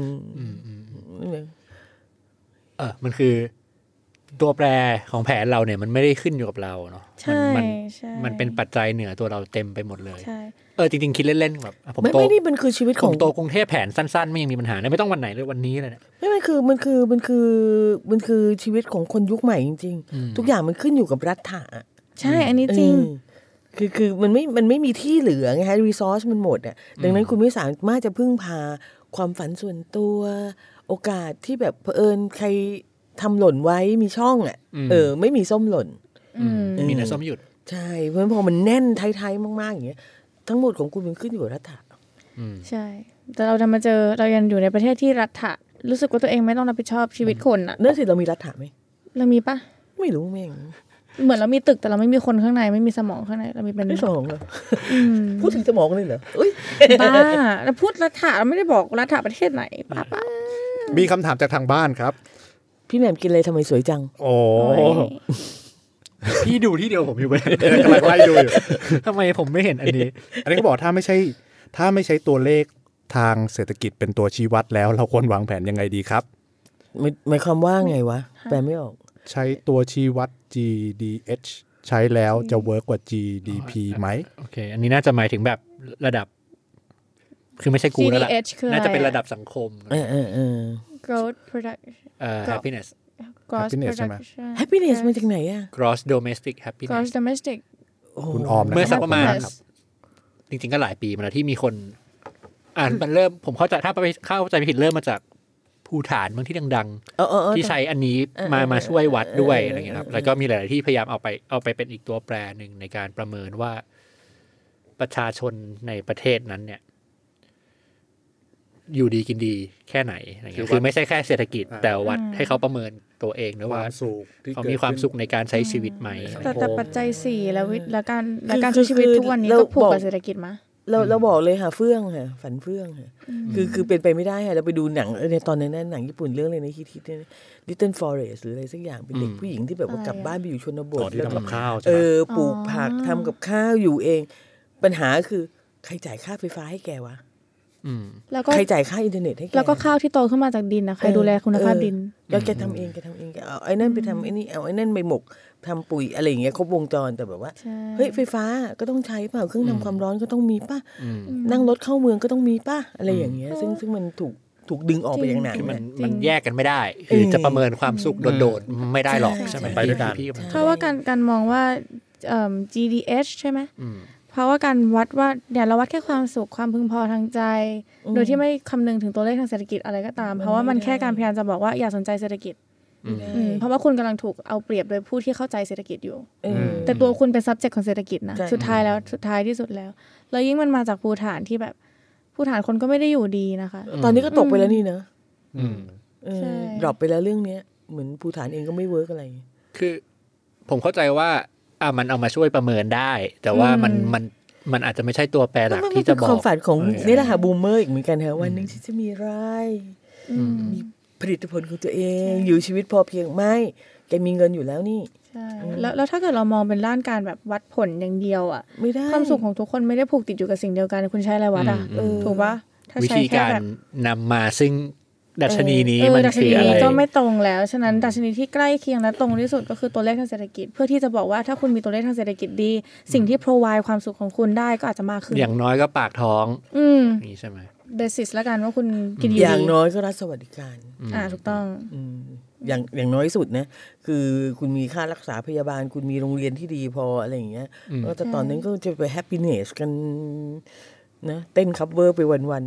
เออมันคือตัวแปรของแผนเราเนี่ยมันไม่ได้ขึ้นอยู่กับเราเนาะมันมันเป็นปัจจัยเหนือตัวเราเต็มไปหมดเลยเออจริงๆคิดเล่นๆแบบผมโตไม่นี่มันคือชีวิตของผมโตกรุงเทพแผนสั้นๆไม่ยังมีปัญหาไม่ต้องวันไหนเลยวันนี้เลยเนี่ยไม่มันคือมันคือมันคือมันคือชีวิตของคนยุคใหม่จริงๆทุกอย่างมันขึ้นอยู่กับรัฐะใช่อันนี้จริงคือคือมันไม่มันไม่มีที่เหลือไงฮะรีซอสมันหมดอ่ะดังนั้นคุณไม่สามารถจะพึ่งพาความฝันส่วนตัวโอกาสที่แบบเผอิญใครทำหล่นไว้มีช่องอ่ะเออไม่มีส้มหล่นมีแต่ส้มหยุดใช่เพราะพอมันแน่นไทยๆมากๆอย่างเงี้ยทั้งหมดของคุณมันขึ้นอยู่กับรัฐะใช่แต่เราจะมาเจอเรายังอยู่ในประเทศที่รัฐะรู้สึกว่าตัวเองไม่ต้องรับผิดชอบชีวิตคนอ่ะเนื่องจากเรามีรัฐะไหมเรามีปะไม่รู้แม่งเหมือนเรามีตึกแต่เราไม่มีคนข้างในไม่มีสมองข้างในเรามีเป็นสมองเหรอพูดถึงสมองเลยเหรออุ้ยบ้าเราพูดรัฐะเราไม่ได้บอกรัฐะประเทศไหนป้าป้ามีคำถามจากทางบ้านครับพี่แหม่มกินอะไรทำไมสวยจังโอ้พี่ดูที่เดียวผมอยู่ไปกำลังไล่ดูอยู่ทำไมผมไม่เห็นอันนี้อันนี้เขาบอกถ้าไม่ใช่ถ้าไม่ใช้ตัวเลขทางเศรษฐกิจเป็นตัวชี้วัดแล้วเราควรวางแผนยังไงดีครับหมายความว่าไงวะแปลไม่ออกใช้ตัวชี้วัด จี ดี เอช ใช้แล้วจะเวิร์กกว่า จี ดี พี ไหมโอเคอันนี้น่าจะหมายถึงแบบระดับคือไม่ใช่กูแล้วล่ะน่าจะเป็นระดับสังคมเออเออเออ growth production เอ่อ happiness gross production happiness มาจากไหนอะ gross domestic happiness gross domestic คุณออมนะเมื่อสักประมาณจริงๆก็หลายปีมาแล้วที่มีคนอ่านมันเริ่มผมเข้าใจถ้าไปเข้าใจผิดเริ่มมาจากภูฐานบางที่ดังๆที่ใช้อันนี้มามาช่วยวัดด้วยอะไรเงี้ยครับแล้วก็มีหลายๆที่พยายามเอาไปเอาไปเป็นอีกตัวแปรหนึ่งในการประเมินว่าประชาชนในประเทศนั้นเนี่ยอยู่ดีกินดีแค่ไหนอะไรเงี้ยคือไม่ใช่แค่เศรษฐกิจแต่วัดให้เขาประเมินตัวเองด้วยว่าเขามีความสุขในการใช้ชีวิตไหมแต่แต่ปัจจัยสี่แล้วแล้วการและการใช้ชีวิตทุกวันนี้ก็ผูกกับเศรษฐกิจมั้ยเราเราบอกเลยค่ะเฟื่องค่ะฝันเฟื่องค่ะคือคือเป็นไปไม่ได้ค่ะเราไปดูหนังในตอนนั้นหนังญี่ปุ่นเรื่องอะไรในฮิตๆเนี่ย Little Forest หรืออะไรสักอย่างเป็นเด็กผู้หญิงที่แบบว่ากลับบ้านไปอยู่ชนบทแล้วทำกับข้าวเออปลูกผักทำกับข้าวอยู่เองปัญหาคือใครจ่ายค่าไฟฟ้าให้แกวะแล้วก็ใครจ่ายค่าอินเทอร์เน็ตให้แกแล้วก็ข้าวที่โตขึ้นมาจากดินนะใครดูแลคุณภาพดินแล้วแกทำเองแกทำเองแกเอาไอ้นั่นไปทำไอ้นี่เอาไอ้นั่นไปหมกทำปุ๋ยอะไรอย่างเงี้ยครบวงจรแต่แบบว่าเฮ้ยไฟฟ้าก็ต้องใช้เปล่าเครื่องทำความร้อนก็ต้องมีป่ะนั่งรถเข้าเมืองก็ต้องมีป่ะอะไรอย่างเงี้ยซึ่งซึ่งมันถูกถูกดึงออกไปอย่างหนักมันมันแยกกันไม่ได้คือจะประเมินความสุขโดดๆไม่ได้หรอกใช่ไหมไปด้วยกันเพราะว่าการการมองว่า จี ดี เอช ใช่ไหมเพราะว่าการวัดว่าเนี่ยเราวัดแค่ความสุขความพึงพอทางใจโดยที่ไม่คำนึงถึงตัวเลขทางเศรษฐกิจอะไรก็ตามเพราะว่ามันแค่การพยายามจะบอกว่าอย่าสนใจเศรษฐกิจเพราะว่าคุณกำลังถูกเอาเปรียบโดยผู้ที่เข้าใจเศรษฐกิจอยู่แต่ตัวคุณเป็น subject ของเศรษฐกิจนะสุดท้ายแล้วสุดท้ายที่สุดแล้วแล้วยิ่งมันมาจากภูฐานที่แบบภูฐานคนก็ไม่ได้อยู่ดีนะคะตอนนี้ก็ตกไปแล้วนี่นะดรอปไปแล้วเรื่องนี้เหมือนภูฐานเองก็ไม่เวิร์กอะไรคือผมเข้าใจว่าอ่ะมันเอามาช่วยประเมินได้แต่ว่ามันมันมันอาจจะไม่ใช่ตัวแปรหลักที่จะบอกความฝันของนี่แหละค่ะบูมเมอร์อีกเหมือนกันค่ะวันนึงฉันจะมีรายมีผลิตผลของตัวเองอยู่ชีวิตพอเพียงไม่แกมีเงินอยู่แล้วนี่ใช่แล้วแล้วถ้าเกิดเรามองเป็นด้านการแบบวัดผลอย่างเดียวอ่ะไม่ได้ความสุขของทุกคนไม่ได้ผูกติดอยู่กับสิ่งเดียวกันคุณใช้อะไรวัดอ่ะถูกปะวิธีการนำมาซึ่งดัชนีนี้มันคืออะไรก็ไม่ตรงแล้วฉะนั้นดัชนีที่ใกล้เคียงและตรงที่สุดก็คือตัวเลขทางเศรษฐกิจเพื่อที่จะบอกว่าถ้าคุณมีตัวเลขทางเศรษฐกิจดีสิ่งที่ provide ความสุขของคุณได้ก็อาจจะมากขึ้นอย่างน้อยก็ปากท้องอืมนี่ใช่ไหมเบสิสแล้วกันว่าคุณกินอยู่อย่างน้อยก็รัฐสวัสดิการอ่าถูกต้องอย่างอย่างน้อยสุดนะคือคุณมีค่ารักษาพยาบาลคุณมีโรงเรียนที่ดีพออะไรอย่างเงี้ยก็แต่ตอนนั้นก็จะไปแฮปปี้เนสกันนะเต้นคัฟเวอร์ไปวัน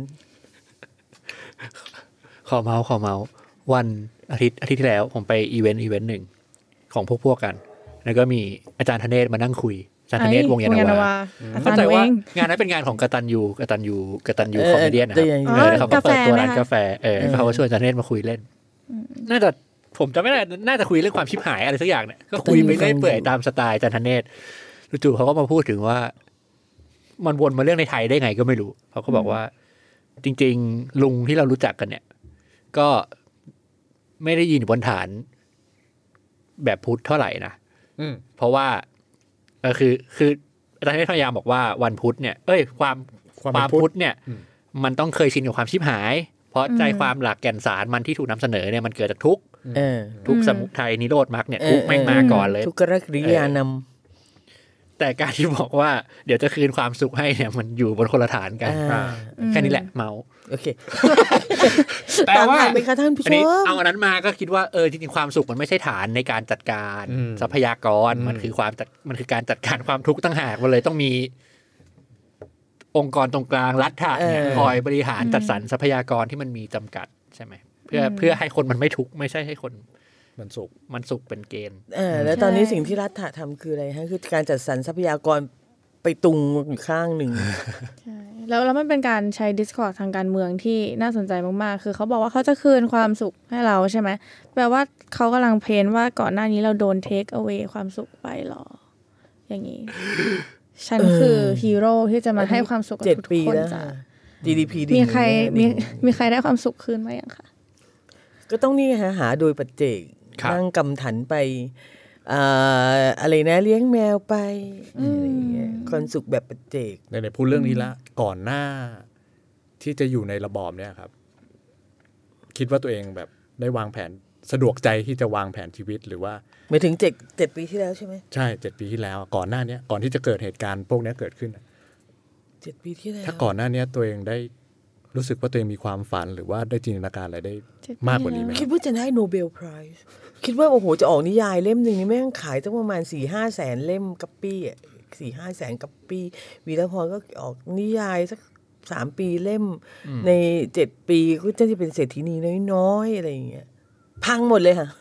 ๆขอเมาส์ขอเมาส์วันอาทิตย์อาทิตย์ที่แล้วผมไปอีเวนต์อีเวนต์หนึ่งของพวกพวกกันแล้วก็มีอาจารย์ธเนศมานั่งคุยอาจารย์ธเนศวงศ์ยานนาวาเข้าใจว่างานนั้นเป็นงานของกตัญญูกตัญญูกตัญญูคอมเมเดี้นะครับเออเขาก็เปิดตัวร้านกาแฟเออเขาก็ชวนอาจารย์ธเนศมาคุยเล่นน่าจะผมจำไม่ได้น่าจะคุยเรื่องความชิบหายอะไรสักอย่างเนี่ยก็คุยไปเรื่อยเปื่อยตามสไตล์อาจารย์ธเนศจู่ๆเขาก็มาพูดถึงว่ามันวนมาเรื่องในไทยได้ไงก็ไม่รู้เขาก็บอกว่าจริงๆลุงที่เรารู้จักกันเนี่ยก็ไม่ได้ยืนอยู่บนฐานแบบพุทธเท่าไหร่นะเพราะว่าเออคือคืออาจารย์พยายามบอกว่าวันพุธเนี่ยเอ้ยความความพุธเนี่ยมันต้องเคยชินกับความชิบหายเพราะใจความหลักแก่นสารมันที่ถูกนำเสนอเนี่ยมันเกิดจากทุกข์ทุกข์สมุทัยนิโรธมรรคเนี่ยทุกข์แม่งมาก่อนเลยทุกขกิริยานำแต่การที่บอกว่าเดี๋ยวจะคืนความสุขให้เนี่ยมันอยู่บนคนละฐานกันแค่นี้แหละเมาโอเคแต่ว่าไม่ค่ะท่านผู้ชมเอาอันนั้นมาก็คิดว่าเออจริงๆความสุขมันไม่ใช่ฐานในการจัดการทรัพยากรมันคือความมันคือการจัดการความทุกข์ต่างหากมันเลยต้องมีองค์กรตรงกลางรัฐะเนี่ยคอยบริหารจัดสรรทรัพยากรที่มันมีจำกัดใช่ไหมเพื่อเพื่อให้คนมันไม่ทุกข์ไม่ใช่ให้คนมันสุขมันสุขเป็นเกณฑ์เออแล้วตอนนี้สิ่งที่รัฐะทำคืออะไรฮะคือการจัดสรรทรัพยากรไปตุงอยู่ข้างหนึ่งใช่แล้วแล้วมันเป็นการใช้ Discord ทางการเมืองที่น่าสนใจมากๆคือเขาบอกว่าเขาจะคืนความสุขให้เราใช่ไหมแปลว่าเขากำลังเพลนว่าก่อนหน้านี้เราโดน take away ความสุขไปหรออย่างนี้ฉันคือฮีโร่ที่จะมาให้ความสุขกับทุกคนจ้ะจี ดี พีมีใครมีมีใครได้ความสุขคืนไหมยังคะก็ต้องนี่ฮะหาโดยปัจเจกนั่งกำถันไปอะไรนะเลี้ยงแมวไปอะไรเงี้ยความสุขแบบปัจเจกในๆพูดเรื่องนี้ละก่อนหน้าที่จะอยู่ในระบอบเนี่ยครับคิดว่าตัวเองแบบได้วางแผนสะดวกใจที่จะวางแผนชีวิตหรือว่าหมายถึงเจ็ดเจ็ดปีที่แล้วใช่ไหมใช่เจ็ดปีที่แล้วก่อนหน้านี้ก่อนที่จะเกิดเหตุการณ์พวกนี้เกิดขึ้นเจ็ดปีที่แล้วถ้าก่อนหน้านี้ตัวเองได้รู้สึกว่าตัวเองมีความฝันหรือว่าได้จินตนาการอะไรได้มากกว่านี้ไหมคิดว่าจะได้โนเบลไพรส์คิดว่าโอ้โหจะออกนิยายเล่มหนึ่งนี่แม่งขายตั้งประมาณสี่ห้าแสนเล่มกัปปี้อ่ะสี่ห้าแสนกัปปี้วีรพรก็ออกนิยายสักสามปีเล่มในเจ็ดปีก็จะเป็นเศรษฐีนีน้อยๆอะไรอย่างเงี้ยพังหมดเลยค่ะ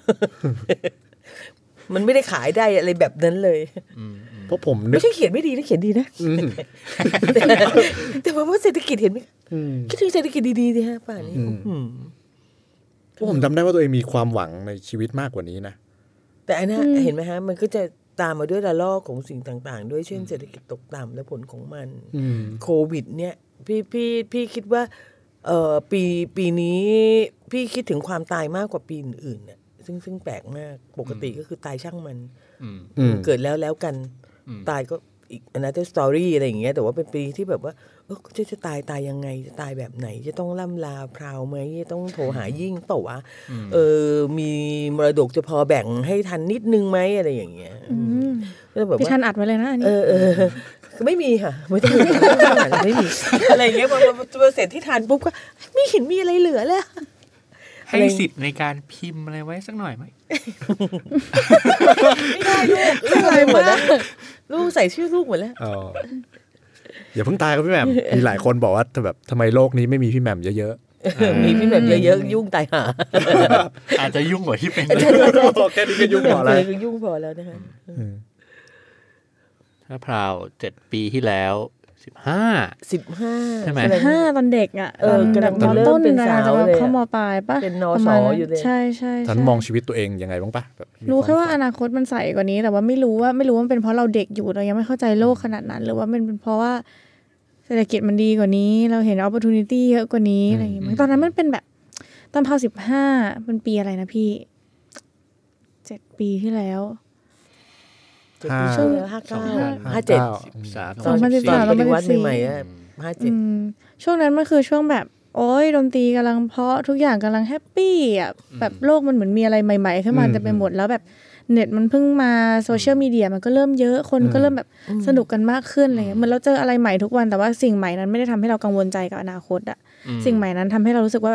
มันไม่ได้ขายได้อะไรแบบนั้นเลยเพราะผมไม่ใช่เขียนไม่ดีนะเขียนดีนะแต่แต่ว่าเศรษฐกิจเห็นไหมคิดถึงเศรษฐกิจดีๆสิฮะป่านนี้เพราะผมจำได้ว่าตัวเองมีความหวังในชีวิตมากกว่านี้นะแต่อันนั้นเห็นไหมฮะมันก็จะตามมาด้วยระลอกของสิ่งต่างๆด้วยเช่นเศรษฐกิจตกต่ำและผลของมันโควิดเนี่ยพี่พี่พี่คิดว่าเอ่อปีปีนี้พี่คิดถึงความตายมากกว่าปีอื่นๆเนี่ยซึ่งซึ่งแปลกมากปกติก็คือตายช่างมันเกิดแล้วแล้วกันตายก็อีก another story อะไรอย่างเงี้ยแต่ว่าเป็นปีที่แบบว่าเออจะจะตายตายยังไงจะตายแบบไหนจะต้องล่ำลาพราวไหมจะต้องโทรหายิ่งเปล่าวะเออมีมรดกจะพอแบ่งให้ทันนิดนึงไหมอะไรอย่างเงี้ยพี่ชันอัดไว้เลยนะอันนี้เออเออไม่มีค่ะไม่ต้องมีไม่มีอะไรอย่างเงี้ยพอตัวเสร็จที่ทานปุ๊บก็ไม่เห็นมีอะไรเหลือแล้วให้สิทธิ์ในการพิมพ์อะไรไว้สักหน่อยไหมไม่ได้ลูกลูกอะไรหมดแล้วลูกใส่ชื่อลูกหมดแล้วอ๋ออย่าเพิ่งตายครับพี่แหม่มมีหลายคนบอกว่าแบบทำไมโลกนี้ไม่มีพี่แหม่มเยอะๆมีพี่แหม่มเยอะๆยุ่งตายห่าอาจจะยุ่งกว่าที่เป็นแค่นี้ก็ยุ่งพอแล้วยุ่งพอแล้วนะคะถ้าพราวเจ็ดปีที่แล้วสิบห้าสิบห้าใช่ไหมห้าตอนเด็กอ่ะเออกำลังเริ่มเป็นสาวเลยเข้ามปลายป่ะเป็นนสอยู่เลยใช่ๆๆฉันมองชีวิตตัวเองยังไงบ้างป่ะแบบรู้แค่ว่าอนาคตมันใสกว่านี้แต่ว่าไม่รู้ว่าไม่รู้ว่ามันเป็นเพราะเราเด็กอยู่เรายังไม่เข้าใจโลกขนาดนั้นหรือว่ามันเป็นเพราะว่าเศรษฐกิจมันดีกว่านี้เราเห็น opportunity เยอะกว่านี้อะไรอย่างเงี้ยตอนนั้นมันเป็นแบบตอนพาวสิบห้ามันปีอะไรนะพี่เจ็ดปีที่แล้วช่วงห้าเก้าห้าเจ็ดสองพันสิบสามปฏิวัติใหม่ๆอ่ะห้าเจ็ดช่วงนั้นมันคือช่วงแบบโอ้ยดนตรีกำลังเพาะทุกอย่างกำลังแฮปปี้อ่ะแบบโลกมันเหมือนมีอะไรใหม่ๆขึ้นมาจะไปหมดแล้วแบบเน็ตมันเพิ่งมาโซเชียลมีเดียมันก็เริ่มเยอะคนก็เริ่มแบบสนุกกันมากขึ้นอะไรเงี้ยเหมือนเราเจออะไรใหม่ทุกวันแต่ว่าสิ่งใหม่นั้นไม่ได้ทำให้เรากังวลใจกับอนาคตอ่ะสิ่งใหม่นั้นทำให้เรารู้สึกว่าแบบโ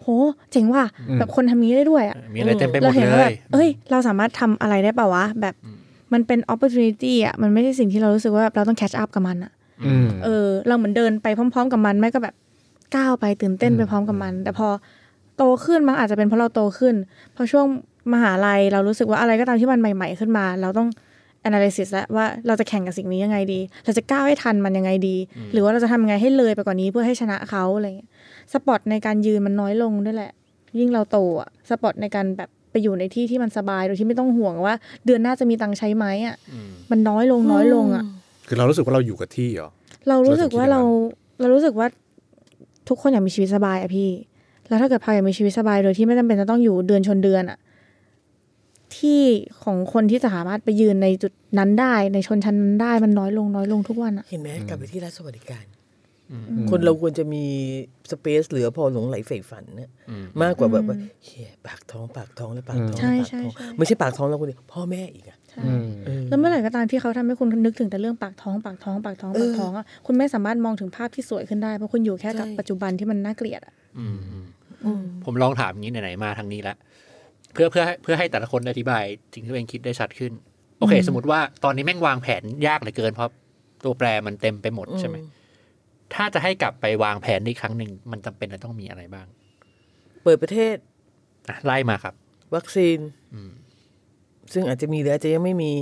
โหเจ๋งว่ะแบบคนทำนี้ได้ด้วยอ่ะมีอะไรเต็มไปหมดเลยเอ้ยเราสามารถทำอะไรได้ป่าวะแบบมันเป็น opportunity อ่ะมันไม่ใช่สิ่งที่เรารู้สึกว่าเราต้อง catch up กับมันอ่ะเออเราเหมือนเดินไปพร้อมๆกับมันไม่ก็แบบก้าวไปตื่นเต้นไปพร้อมกับมันแต่พอโตขึ้นมันอาจจะเป็นเพราะเราโตขึ้นพอช่วงมหาลัยเรารู้สึกว่าอะไรก็ตามที่มันใหม่ๆขึ้นมาเราต้อง analysis แล้วว่าเราจะแข่งกับสิ่งนี้ยังไงดีเราจะก้าวให้ทันมันยังไงดีหรือว่าเราจะทำยังไงให้เลยไปกว่านี้เพื่อให้ชนะเขาอะไรเงี้ยสปอตในการยืนมันน้อยลงด้วยแหละยิ่งเราโตอ่ะสปอตในการแบบไปอยู่ในที่ที่มันสบายโดยที่ไม่ต้องห่วงว่าเดือนหน้าจะมีตังค์ใช้ไหมอ่ะมันน้อยลงน้อยลงอ่ะคือเรารู้สึกว่าเราอยู่กับที่เหรอเรารู้สึกว่าเราเรารู้สึกว่าทุกคนอยากมีชีวิตสบายอ่ะพี่แล้วถ้าเกิดพาอยากมีชีวิตสบายโดยที่ไม่จำเป็นจะต้องอยู่เดือนชนเดือนอ่ะที่ของคนที่จะสามารถไปยืนในจุดนั้นได้ในชนชั้นนั้นได้มันน้อยลงน้อยลงทุกวันอ่ะเห็นไหมกลับไปที่รัฐสวัสดิการคนเราควรจะมีสเปซเหลือพอหลงไหลใฝ่ฝันเนี่ยมากกว่าแบบว่าเฮ้ยปากท้องปากท้องแล้วปากท้องใช่ใช่ไม่ใช่ปากท้องเราคนเดียวพ่อแม่อีกอ่ะแล้วเมื่อไหร่ก็ตามที่เขาทำให้คุณนึกถึงแต่เรื่องปากท้องปากท้องปากท้องปากท้องอ่ะคุณไม่สามารถมองถึงภาพที่สวยขึ้นได้เพราะคุณอยู่แค่กับปัจจุบันที่มันน่าเกลียดอ่ะผมลองถามอย่างนี้ไหนๆมาทางนี้แล้วเพื่อเพื่อเพื่อให้แต่ละคนอธิบายสิ่งที่ตัวเองคิดได้ชัดขึ้นโอเคสมมติว่าตอนนี้แม่งวางแผนยากเหลือเกินเพราะตัวแปรมันเต็มไปหมดใช่ไหมถ้าจะให้กลับไปวางแผนอีกครั้งหนึ่งมันจำเป็นจะต้องมีอะไรบ้างเปิดประเทศไล่มาครับวัคซีนซึ่งอาจจะมีหรืออาจจะยังไม่มี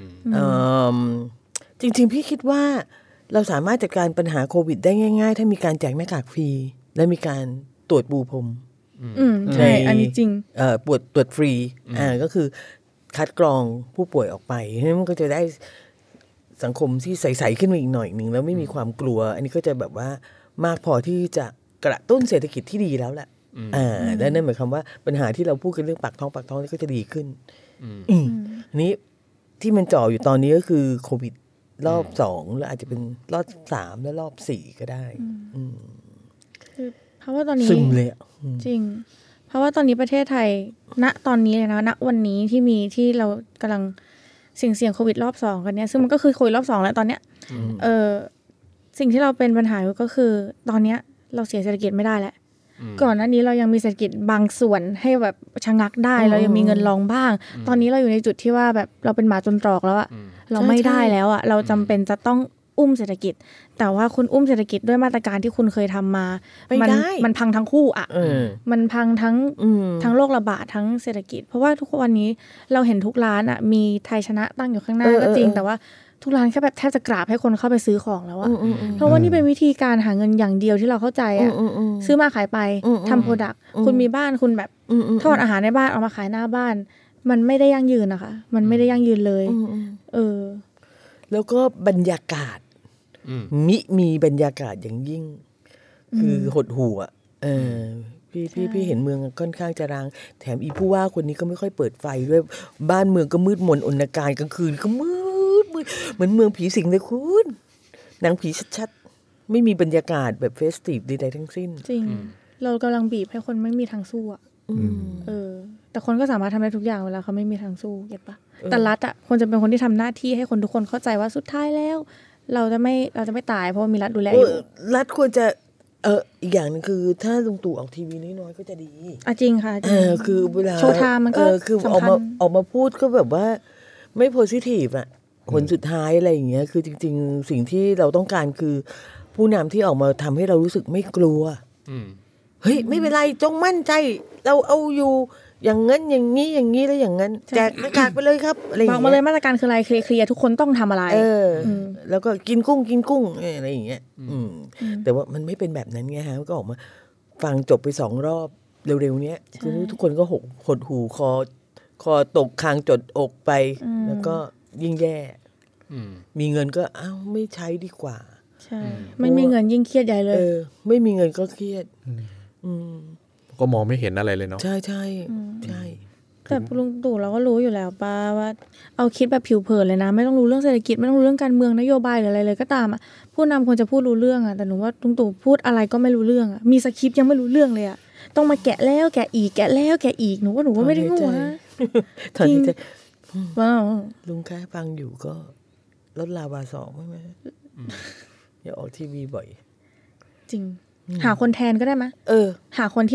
จริงๆพี่คิดว่าเราสามารถจัดการปัญหาโควิดได้ง่ายๆถ้ามีการแจกหน้ากากฟรีและมีการตรวจปูพรมใช่อันนี้จริงเอ่อตรวจตรวจฟรีอ่าก็คือคัดกรองผู้ป่วยออกไปมันก็จะได้สังคมที่ใสๆขึ้นมาอีกหน่อยหนึ่งแล้วไม่มีความกลัวอันนี้ก็จะแบบว่ามากพอที่จะกระตุ้นเศรษฐกิจที่ดีแล้วแหละอ่าและนั่นหมายความว่าปัญหาที่เราพูดกันเรื่องปากท้องปากท้องนี่ก็จะดีขึ้นอันนี้ที่มันจ่ออยู่ตอนนี้ก็คือโควิดรอบสองแล้วอาจจะเป็นรอบสามและรอบสี่ก็ได้คือเพราะว่าตอนนี้ซึมเลยจริงเพราะว่าตอนนี้ประเทศไทยณตอนนี้เลยนะณวันนี้ที่มีที่เรากำลังเสี่ยงเสี่ยงโควิดรอบสองกันเนี้ยซึ่งมันก็คือโควิดรอบสองแล้วตอนเนี้ยเออสิ่งที่เราเป็นปัญหาก็คือตอนเนี้ยเราเสียเศรษฐกิจไม่ได้แล้วก่อนหน้านี้เรายังมีเศรษฐกิจบางส่วนให้แบบชะงักได้เรายังมีเงินรองบ้างตอนนี้เราอยู่ในจุดที่ว่าแบบเราเป็นหมาจนตรอกแล้วอะเราไม่ได้แล้วอะเราจำเป็นจะต้องอุ้มเศรษฐกิจแต่ว่าคุณอุ้มเศรษฐกิจด้วยมาตรการที่คุณเคยทำมามันมันพังทั้งคู่อ่ะมันพังทั้งทั้งโรคระบาดทั้งเศรษฐกิจเพราะว่าทุกวันนี้เราเห็นทุกร้านอ่ะมีไทยชนะตั้งอยู่ข้างหน้าก็จริงแต่ว่าทุกร้านแค่แบบแทบจะกราบให้คนเข้าไปซื้อของแล้วอ่ะเพราะว่านี่เป็นวิธีการหาเงินอย่างเดียวที่เราเข้าใจอ่ะซื้อมาขายไปทำโปรดักต์คุณมีบ้านคุณแบบทอดอาหารในบ้านเอามาขายหน้าบ้านมันไม่ได้ยั่งยืนนะคะมันไม่ได้ยั่งยืนเลยเออแล้วก็บรรยากาศมิมีบรรยากาศอย่างยิ่งคือหดหู่อ่ะเออพี่พี่พี่เห็นเมืองค่อนข้างจะร้างแถมอีผู้ว่าคนนี้ก็ไม่ค่อยเปิดไฟด้วยบ้านเมืองก็มืดมนอนการกลางคืนก็มืดมืดเหมือนเมืองผีสิงเลยคุณหนังผีชัดๆไม่มีบรรยากาศแบบเฟสติฟใดๆทั้งสิ้นจริงเรากำลังบีบให้คนไม่มีทางสู้อ่ะเออแต่คนก็สามารถทำได้ทุกอย่างเวลาเขาไม่มีทางสู้เก็ตปะแต่รัฐอ่ะคนจะเป็นคนที่ทำหน้าที่ให้คนทุกคนเข้าใจว่าสุดท้ายแล้วเราจะไม่เราจะไม่ตายเพราะมีรัฐดูแลอยู่รัฐควรจะเอออีกอย่างนึงคือถ้าลุงตู่ออกทีวีน้อยๆก็จะดีอ่ะจริงค่ะเออคือเวลาโชว์ไทม์มันก็คือออกมาออกมาพูดก็แบบว่าไม่โพสิทีฟอ่ะผลสุดท้ายอะไรอย่างเงี้ยคือจริงๆสิ่งที่เราต้องการคือผู้นำที่ออกมาทำให้เรารู้สึกไม่กลัวเฮ้ยไม่เป็นไรจงมั่นใจเราเอาอยู่อย่างงั้นอย่างนี้อย่างนี้แล้วอย่างงั้นแจกหน้ากากไปเลยครับอะไรอย่างเงี้ยบอกมาเลยมาตรการคืออะไรเคลียร์ทุกคนต้องทำอะไรเออแล้วก็กินกุ้งกินกุ้งอะไรอย่างเงี้ยแต่ว่ามันไม่เป็นแบบนั้นไงฮะก็ออกมาฟังจบไปสองรอบเร็วๆเนี้ยคือทุกคนก็หดหดหูคอคอตกคางจดอกไปแล้วก็ยิ่งแย่มีเงินก็อ้าวไม่ใช้ดีกว่าใช่ไม่มีเงินยิ่งเครียดใหญ่เลยเออไม่มีเงินก็เครียดอืมก็มองไม่เห็นอะไรเลยเนาะใช่ใช่ใช่แต่ลุงตู่เราก็รู้อยู่แล้วป้าว่าเอาคิดแบบผิวเผินเลยนะไม่ต้องรู้เรื่องเศรษฐกิจไม่ต้องรู้เรื่องการเมืองนโยบายหรืออะไรเลยก็ตามอ่ะผู้นำควรจะพูดรู้เรื่องอ่ะแต่หนูว่าลุงตู่พูดอะไรก็ไม่รู้เรื่องอ่ะมีสคริปต์ยังไม่รู้เรื่องเลยอ่ะต้องมาแกะแล้วแกะอีกแกะแล้วแกะอีกหนูว่าหนูว่าไม่ได้โง่นะจริงว้าวลุงแค่ฟังอยู่ก็ลดลาวาสองไหมอย่าออกทีวีบ่อยจริงหาคนแทนก็ได้ไหมเออหาคนที่แบบ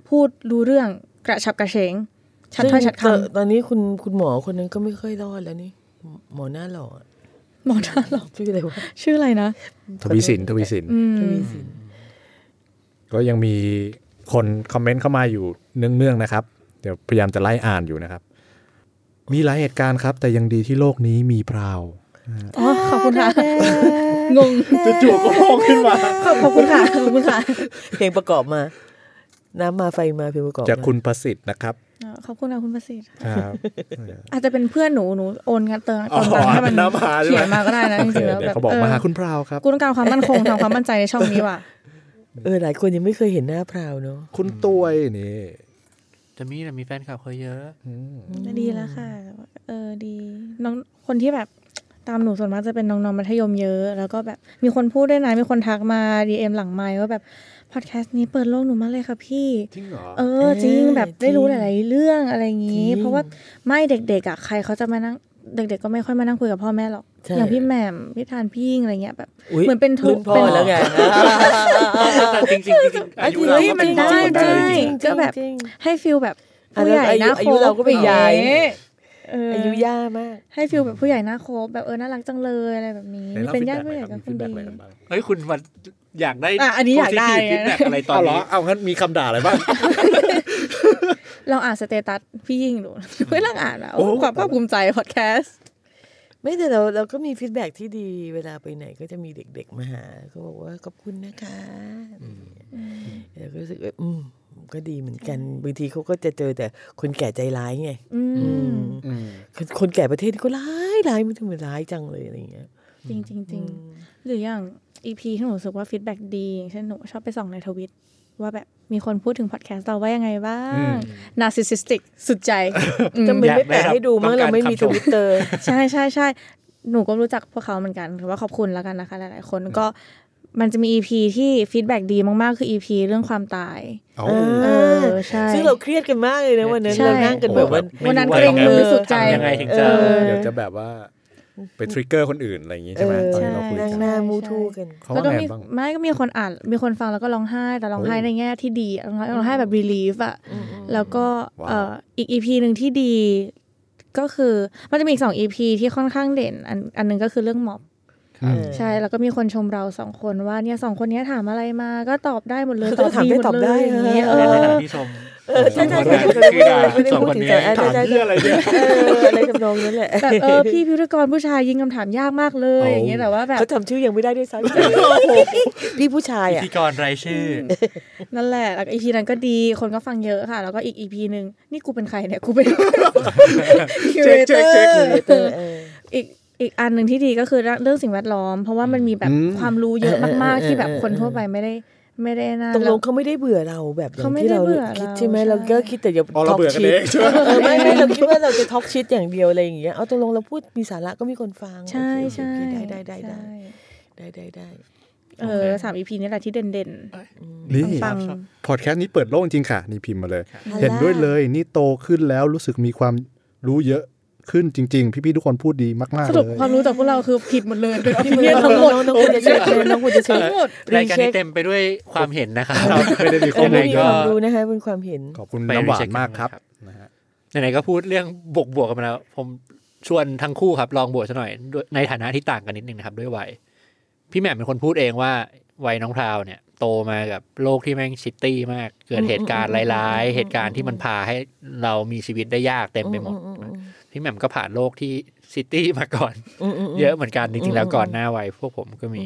พูดรู้เรื่องกระฉับกระเฉงชัดถ้อยชัดคำตอนนี้คุณคุณหมอคนนั้นก็ไม่ค่อยรอดแล้วนี่หมอหน้าหล่อหมอหน้าหล่อชื่ออะไรวะชื่ออะไรนะทวีสินทวีสินทวีสินก็ยังมีคนคอมเมนต์เข้ามาอยู่เนื่องๆนะครับเดี๋ยวพยายามจะไล่อ่านอยู่นะครับมีหลายเหตุการณ์ครับแต่ยังดีที่โลกนี้มีพราวอ๋อขอบคุณค่ะงงจะจู่ก็พองขึ้นมาขอบคุณค่ะขอบคุณค่ะเพลงประกอบมาน้ำมาไฟมาเพลงประกอบจากคุณประสิทธิ์นะครับขอบคุณนะคุณประสิทธิ์ครับอาจจะเป็นเพื่อนหนูหนูโอนเงินเติมตอนนั้นให้มันเขียนมาก็ได้นะจริงๆแล้วแบบเขาบอกมาหาคุณพราวครับกูต้องการความมั่นคงทางความมั่นใจในช่องนี้ว่ะเออหลายคนยังไม่เคยเห็นหน้าพราวเนาะคุณตัวนี่จะมีแต่มีแฟนคลับเขาเยอะดีแล้วค่ะเออดีน้องคนที่แบบตามหนูส่วนมากจะเป็นน้องๆมัธยมเยอะแล้วก็แบบมีคนพูดด้วยนะมีคนทักมา ดี เอ็ม หลังไมค์ว่าแบบพอดแคสต์นี้เปิดโลกหนูมากเลยค่ะพี่จริงเหรอเออจริงแบบได้รู้หลายๆเรื่องอะไรอย่างงี้เพราะว่าไม่เด็กๆอ่ะใครเขาจะมานั่งเด็กๆก็ไม่ค่อยมานั่งคุยกับพ่อแม่หรอกอย่างพี่แหม่มพี่ทานพี่ยิ่งอะไรเงี้ยแบบเหมือนเป็นทุกเป็นแล้วไงจริงๆอายุเราก็มันได้ได้ก็แบบให้ฟีลแบบผู้ใหญ่นะอายุเราก็เป็นยายอายุย่ามากให้ฟีลแบบผู้ใหญ่น่าคบแบบเออน่ารักจังเลยอะไรแบบนี้เป็นญาติผู้ใหญ่กับคนดีเฮ้ยคุณมันอยากได้อันนี้อยากได้อะไรตอนนี้เอางั้นมีคำด่าอะไรบ้างเราอ่านสเตตัสพี่ยิ่งดูไม่ต้องอ่านแล้วความภาคภูมิใจพอดแคสต์ไม่แต่เราเราก็มีฟีดแบ็กที่ดีเวลาไปไหนก็จะมีเด็กๆมาหาเขาบอกว่าขอบคุณนะคะเราก็รู้สึกว่าอืมก็ดีเหมือนกันบางทีเขาก็จะเจอแต่คนแก่ใจร้ายไงคนแก่ประเทศก็ร้ายร้ายมันทำไมร้ายจังเลยอะไรอย่างเงี้ยจริงจริงจริงหรืออย่าง อี พี ที่หนูรู้สึกว่าฟีดแบ็กดีเช่นหนูชอบไปส่องในทวิตว่าแบบมีคนพูดถึงพอดแคสต์เราว่ายังไงบ้างนาร์ซิสซิสติกสุดใจจะไม่แปะให้ดูเมื่อเราไม่มีทวิตเตอร์ใช่ใช่ใช่หนูก็รู้จักพวกเขาเหมือนกันถือว่าขอบคุณแล้วกันนะคะหลายๆคนก็มันจะมี อี พี ที่ฟีดแบ็กดีมากๆคือ อี พี เรื่องความตายเออใช่ซึ่งเราเครียดกันมากเลยนะวันนั้นเรานั่งกันแบบว่าวันนั้นเกรงมือสุดใจยังไงถึงจะเดี๋ยวจะแบบว่าไปทริกเกอร์คนอื่นอะไรอย่างงี้ใช่ไหมตอนที่เราคุยกันหน้ามูทูกันแล้วก็มีไม่ก็มีคนอ่านมีคนฟังแล้วก็ร้องไห้แต่ร้องไห้ในแง่ที่ดีร้องไห้แบบรีลีฟอ่ะแล้วก็อีก อี พี นึงที่ดีก็คือมันจะมีอีกสอง อี พี ที่ค่อนข้างเด่นอันอันนึงก็คือเรื่องม็อบใช่แล้วก็มีคนชมเราสองคนว่าเนี่ยสองคนนี้ถามอะไรมาก็ตอบได้หมดเลยตอบดีหมดเลยอย่างเงี้ยเออที่ชมเออใช่ใช่ใช่สองคนนี้ถามเรื่องอะไรเนี่ยอะไรทำนองนั้นแหละแบบเออพี่พิธีกรผู้ชายยิงคำถามยากมากเลยอย่างเงี้ยแต่ว่าแบบเขาจำชื่อยังไม่ได้ด้วยซ้ำพี่ผู้ชายอ่ะพิธีกรรายชื่อนั่นแหละแล้วอีพีนั้นก็ดีคนก็ฟังเยอะค่ะแล้วก็อีกอีพีนึงนี่กูเป็นใครเนี่ยกูเป็นคิวเรเตอร์อีกอีกอันหนึ่งที่ดีก็คือเรื่องสิ่งแวดล้อมเพราะว่ามันมีแบบความรู้เยอะมากๆที่แบบคนทั่วไปไม่ได้ไม่ได้น่าตกลงเขาไม่ได้เบื่อเราแบบอย่างที่เราคิดใช่ไหมเราก็คิดแต่อย่าท็อกชิตไม่ไม่เราคิดว่าเราจะท็อกชิตอย่างเดียวอะไรอย่างเงี้ยเอาตกลงเราพูดมีสาระก็มีคนฟังใช่ใช่ได้ได้ได้ได้ได้ได้ได้เออสามอีพีนี้แหละที่เด่นเด่นนี่พอดแคสต์นี้เปิดโลกจริงค่ะนี่พิมพ์มาเลยเห็นด้วยเลยนี่โตขึ้นแล้วรู้สึกมีความรู้เยอะขึ้นจริงๆพี่ๆทุกคนพูดดีมากๆเลยสรุปความรู้จากพวกเราคือผิดหมดเลยเป็นที่เนี่ยทั้งหมดน้องคุณจะเชื่อน้องคุณจะเชื่อรายการนี้เต็มไปด้วยความเห็นนะคะไม่ได้มีข้อมูลก็ความรู้นะคะเป็นความเห็นขอบคุณน้ำหวานมากครับนะฮะไหนๆก็พูดเรื่องบวกๆกันมาแล้วผมชวนทั้งคู่ครับลองบวกซะหน่อยในฐานะที่ต่างกันนิดนึงนะครับด้วยวัยพี่แหม่มเป็นคนพูดเองว่าวัยน้องพราวเนี่ยโตมากับโลกที่แม่งชิตตี้มากเกิดเหตุการณ์ร้ายๆเหตุการณ์ที่มันพาให้เรามีชีวิตได้ยากเต็มไปหมดพี่แหม่มก็ผ่านโลกที่ซิตี้มาก่อนเยอะเหมือนกันจริงๆแล้วก่อนหน้าวัยพวกผมก็มี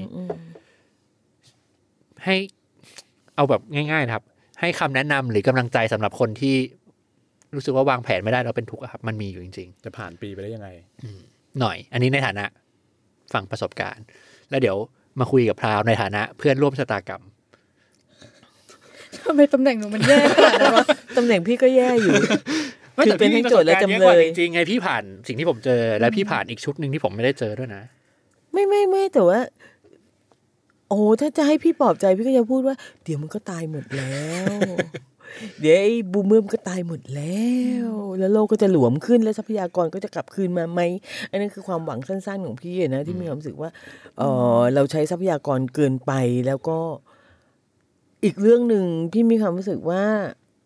ให้เอาแบบง่ายๆครับให้คำแนะนำหรือกำลังใจสำหรับคนที่รู้สึกว่าวางแผนไม่ได้แล้วเป็นทุกข์ครับมันมีอยู่จริงๆจะผ่านปีไปได้ยังไงหน่อยอันนี้ในฐานะฝั่งประสบการณ์แล้วเดี๋ยวมาคุยกับพราวในฐานะเพื่อนร่วมชะตากรรมทำไมตำแหน่งหนูมันแย่ขนาดนั้นวะตำแหน่งพี่ก็แย่อยู่คือเป็นทั้งโจทย์และจำเลยจริงๆไงพี่ผ่านสิ่งที่ผมเจอและพี่ผ่านอีกชุดนึงที่ผมไม่ได้เจอด้วยนะไม่ไม่ไม่แต่ว่าโอ้ถ้าจะให้พี่ปลอบใจพี่ก็จะพูดว่าเดี๋ยวมันก็ตายหมดแล้วเดี๋ยวไอ้บูมเมอร์ก็ตายหมดแล้วแล้วโลกก็จะหลวมขึ้นแล้วทรัพยากรก็จะกลับคืนมาไหมอันนั้นคือความหวังสั้นๆของพี่นะที่มีความรู้สึกว่าเออเราใช้ทรัพยากรเกินไปแล้วก็อีกเรื่องนึงพี่มีความรู้สึกว่า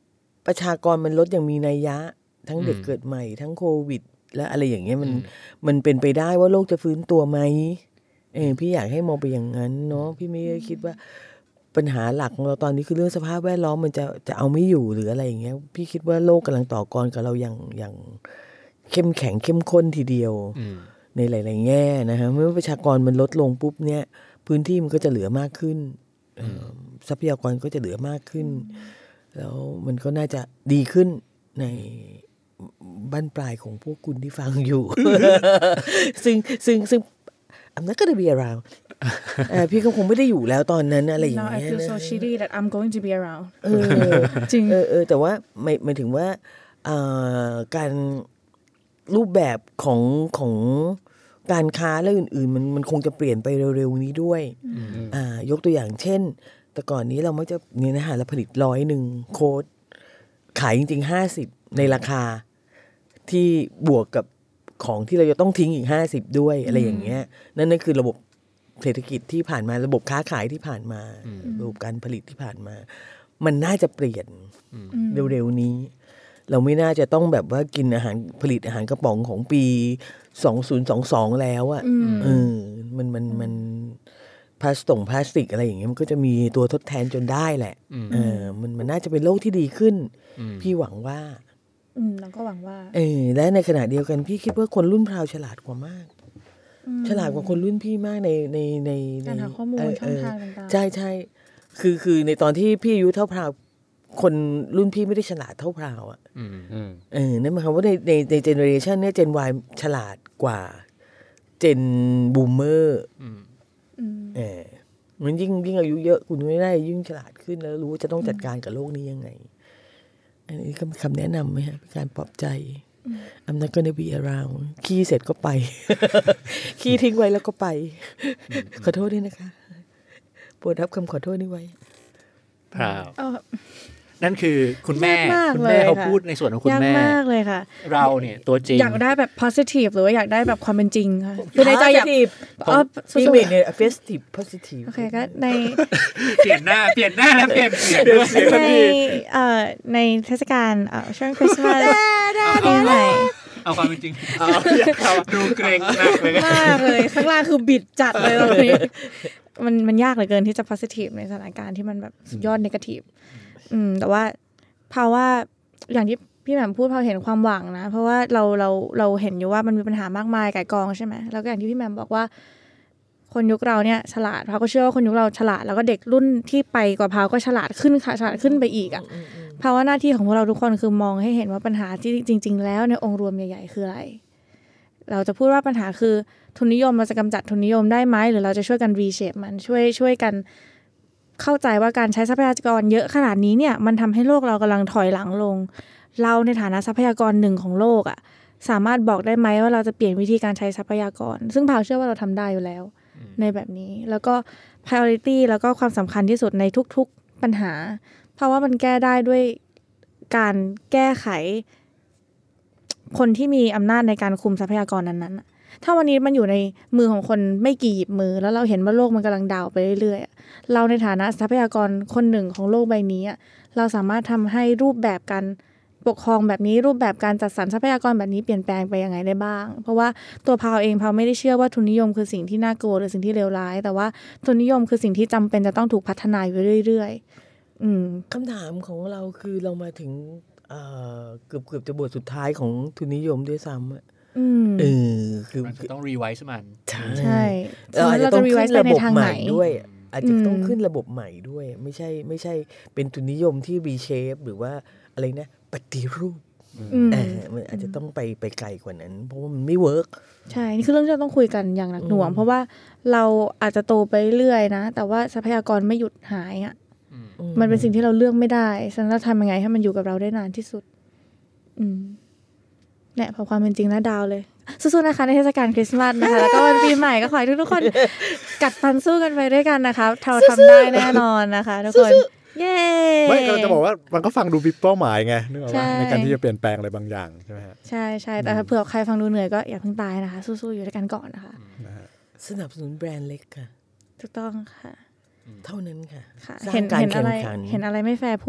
ประชากรมันลดอย่างมีนัยยะทั้งเด็กเกิดใหม่ทั้งโควิดและอะไรอย่างเงี้ยมันมันเป็นไปได้ว่าโลกจะฟื้นตัวไหมเออพี่อยากให้มองไปอย่างนั้นเนาะพี่ไม่ได้คิดว่าปัญหาหลักของเราตอนนี้คือเรื่องสภาพแวดล้อมมันจะจะเอาไม่อยู่หรืออะไรอย่างเงี้ยพี่คิดว่าโลกกำลังต่อกรกับเราอย่างอย่างเข้มแข็งเข้มข้นทีเดียวในหลายๆแง่นะฮะเมื่อประชากรมันลดลงปุ๊บเนี่ยพื้นที่มันก็จะเหลือมากขึ้นทรัพยากรก็จะเหลือมากขึ้นแล้วมันก็น่าจะดีขึ้นในบ้านปลายของพวกคุณที่ฟังอยู่ ซึ่งซึ่งซึ่งI'm not gonna be around พี่ก็คงไม่ได้อยู่แล้วตอนนั้นอะไรอย่างเงี้ย Now I feel so shitty that I'm going to be around เออจริงเออเออแต่ว่าหมายหมายถึงว่าการรูปแบบของของการค้าและอื่นๆมันมันคงจะเปลี่ยนไปเร็วๆนี้ด้วยอ่ายกตัวอย่างเช่นแต่ก่อนนี้เรามักจะเนี่ยนะฮะเราผลิตร้อยหนึ่งโค้ดขายจริงๆห้าสิบในราคาที่บวกกับของที่เราจะต้องทิ้งอีกห้าสิบด้วยอะไรอย่างเงี้ยนั่นนั่นคือระบบเศรษฐกิจที่ผ่านมาระบบค้าขายที่ผ่านมาระบบการผลิตที่ผ่านมามันน่าจะเปลี่ยนเร็วๆนี้เราไม่น่าจะต้องแบบว่ากินอาหารผลิตอาหารกระป๋องของปีสองพันยี่สิบสองแล้วอ่ะเออมันมันมันพลาสติกพลาสติกอะไรอย่างเงี้ยมันก็จะมีตัวทดแทนจนได้แหละเออมันมันน่าจะเป็นโลกที่ดีขึ้นพี่หวังว่าอืมเราก็หวังว่าเออและในขณะเดียวกันพี่คิดว่าคนรุ่นพราวฉลาดกว่ามากฉลาดกว่าคนรุ่นพี่มากในในในการหาข้อมูลช่องทางต่างๆใช่ใช่คือคือในตอนที่พี่อายุเท่าพราวคนรุ่นพี่ไม่ได้ฉลาดเท่าพราวอ่ะเออนั่นหมายความว่าในในในเจเนอเรชันเนี่ยเจน Y ฉลาดกว่าเจนบูมเมอร์เออมันยิ่งยิ่งอายุเยอะคุณไม่ได้ยิ่งฉลาดขึ้นแล้วรู้ว่าจะต้องจัดการกับโลกนี้ยังไงอันนี้ก็คำแนะนำไหมฮะเป็นการปลอบใจ I'm not gonna be around ขี้เสร็จก็ไป ขี้ทิ้งไว้แล้วก็ไป ขอโทษด้วยนะคะโปรดรับคำขอโทษนี้ไว้เปล่านั่นคือคุณแม่คุณแม่เขาพูดในส่วนของคุณแม่ยากมากเลยค่ะเราเนี่ยตัวจริงอยากได้แบบ positive หรือว่าอยากได้แบบความเป็นจริงค่ะคือในใจอยากอ๋อพี่เมย์เนี่ย festive positive โอเคก็ในเปลี่ยนหน้าเปลี่ยนหน้าแล้วเปลี่ยนเสียงในเอ่อในเทศกาลเอ่อช่วงคริสต์มาสปีใหม่เอาความเป็นจริงเอาดูเกรงมากเลยมากเลยข้างล่างคือบิดจัดเลยตอนนี้มันมันยากเหลือเกินที่จะ positive ในสถานการณ์ที่มันแบบยอด negative อืมแต่ว่าเพราะว่าอย่างที่พี่แหม่มพูดพอเห็นความหวังนะเพราะว่าเราเราเราเห็นอยู่ว่ามันมีปัญหามากมายก่ายกองใช่ไหมแล้วก็อย่างที่พี่แหม่มบอกว่าคนยุคเราเนี่ยฉลาดพาก็เชื่อว่าคนยุคเราฉลาดแล้วก็เด็กรุ่นที่ไปกว่าพาก็ฉลาดขึ้นค่ะฉลาดขึ้นไปอีกอ่ะเพราะว่าหน้าที่ของพวกเราทุกคนคือมองให้เห็นว่าปัญหาที่จริงๆแล้วในองค์รวมใหญ่ๆคืออะไรเราจะพูดว่าปัญหาคือทุนนิยมเราจะกำจัดทุนนิยมได้ไหมหรือเราจะช่วยกันรีเชปมันช่วยช่วยกันเข้าใจว่าการใช้ทรัพยากรเยอะขนาดนี้เนี่ยมันทำให้โลกเรากำลังถอยหลังลงเราในฐานะทรัพยากรหนึ่งของโลกอ่ะสามารถบอกได้ไหมว่าเราจะเปลี่ยนวิธีการใช้ทรัพยากรซึ่งพาวเชื่อว่าเราทำได้อยู่แล้วในแบบนี้แล้วก็ priority แล้วก็ความสำคัญที่สุดในทุกๆปัญหาเพราะว่ามันแก้ได้ด้วยการแก้ไขคนที่มีอำนาจในการคุมทรัพยากรนั้นๆถ้าวันนี้มันอยู่ในมือของคนไม่กี่หยิบมือแล้วเราเห็นว่าโลกมันกำลังดาวไปเรื่อยๆเราในฐานะทรัพยากรคนหนึ่งของโลกใบนี้เราสามารถทำให้รูปแบบการปกครองแบบนี้รูปแบบการจัดสรรทรัพยากรแบบนี้เปลี่ยนแปลงไปยังไงได้บ้างเพราะว่าตัวพาวเองพาวไม่ได้เชื่อว่าทุนนิยมคือสิ่งที่น่ากลัวหรือสิ่งที่เลวร้ายแต่ว่าทุนนิยมคือสิ่งที่จำเป็นจะต้องถูกพัฒนาอยู่เรื่อยๆอืมคำถามของเราคือเรามาถึงเกือบเกือบจะบทสุดท้ายของทุนนิยมด้วยซ้ำเออคือมันต้องรีไวซ์มันใช่เราอาจจะต้องขึ้นระบบใหม่ด้วยอาจจะต้องขึ้นระบบใหม่ด้วยไม่ใช่ไม่ใช่เป็นทุนนิยมที่รีเชฟหรือว่าอะไรนะปฏิรูปเออมันอาจจะต้องไปไปไกลกว่านั้นเพราะว่ามันไม่เวิร์กใช่นี่คือเรื่องที่เราต้องคุยกันอย่างหนักหน่วงเพราะว่าเราอาจจะโตไปเรื่อยนะแต่ว่าทรัพยากรไม่หยุดหายอ่ะมันเป็นสิ่งที่เราเลือกไม่ได้ฉะนั้นเราทำยังไงให้มันอยู่กับเราได้นานที่สุดอืมเนี่ยพอความเป็นจริงแล้วดาวเลยสู้ๆนะคะในเทศกาลคริสต์มาสนะคะแล้วก็วันปีใหม่ก็ขอให้ทุกๆคนกัดฟันสู้กันไปด้วยกันนะคะเราทำได้แน่นอนนะคะทุกคนเย้ไม่ก็จะบอกว่ามันก็ฟังดูมีเป้าหมายไงนึกออกป่ะในการที่จะเปลี่ยนแปลงอะไรบางอย่างใช่ไหมฮะใช่ใช่แต่ถ้าเผื่อใครฟังดูเหนื่อยก็อย่าเพิ่งตายนะคะสู้ๆอยู่ด้วยกันก่อนนะคะสนับสนุนแบรนด์เล็กค่ะถูกต้องค่ะเท่านั้นค่ะเห็นเห็นอะไรเห็นอะไรไม่แฟร์พูด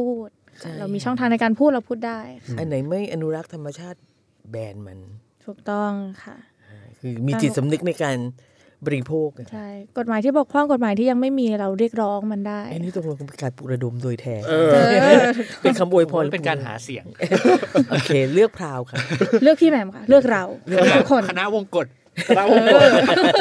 เรามีช่องทางในการพูดเราพูดได้อันไหนไม่อนุรักษ์ธรรมชาติแบนมันถูกต้องค่ะคือมีจิตสำนึกในการบริโภคใช่กฎหมายที่บกพร่องกฎหมายที่ยังไม่มีเราเรียกร้องมันได้อันนี้ตรงเป็นการปลุกระดมโดยแท้เป็นคำอวยพรเป็นการหาเสียงโอเคเลือกพราวค่ะเลือกพี่แหม่มค่ะเลือกเราเลือกทุกคนคณะวงกฎคณะวงกฎ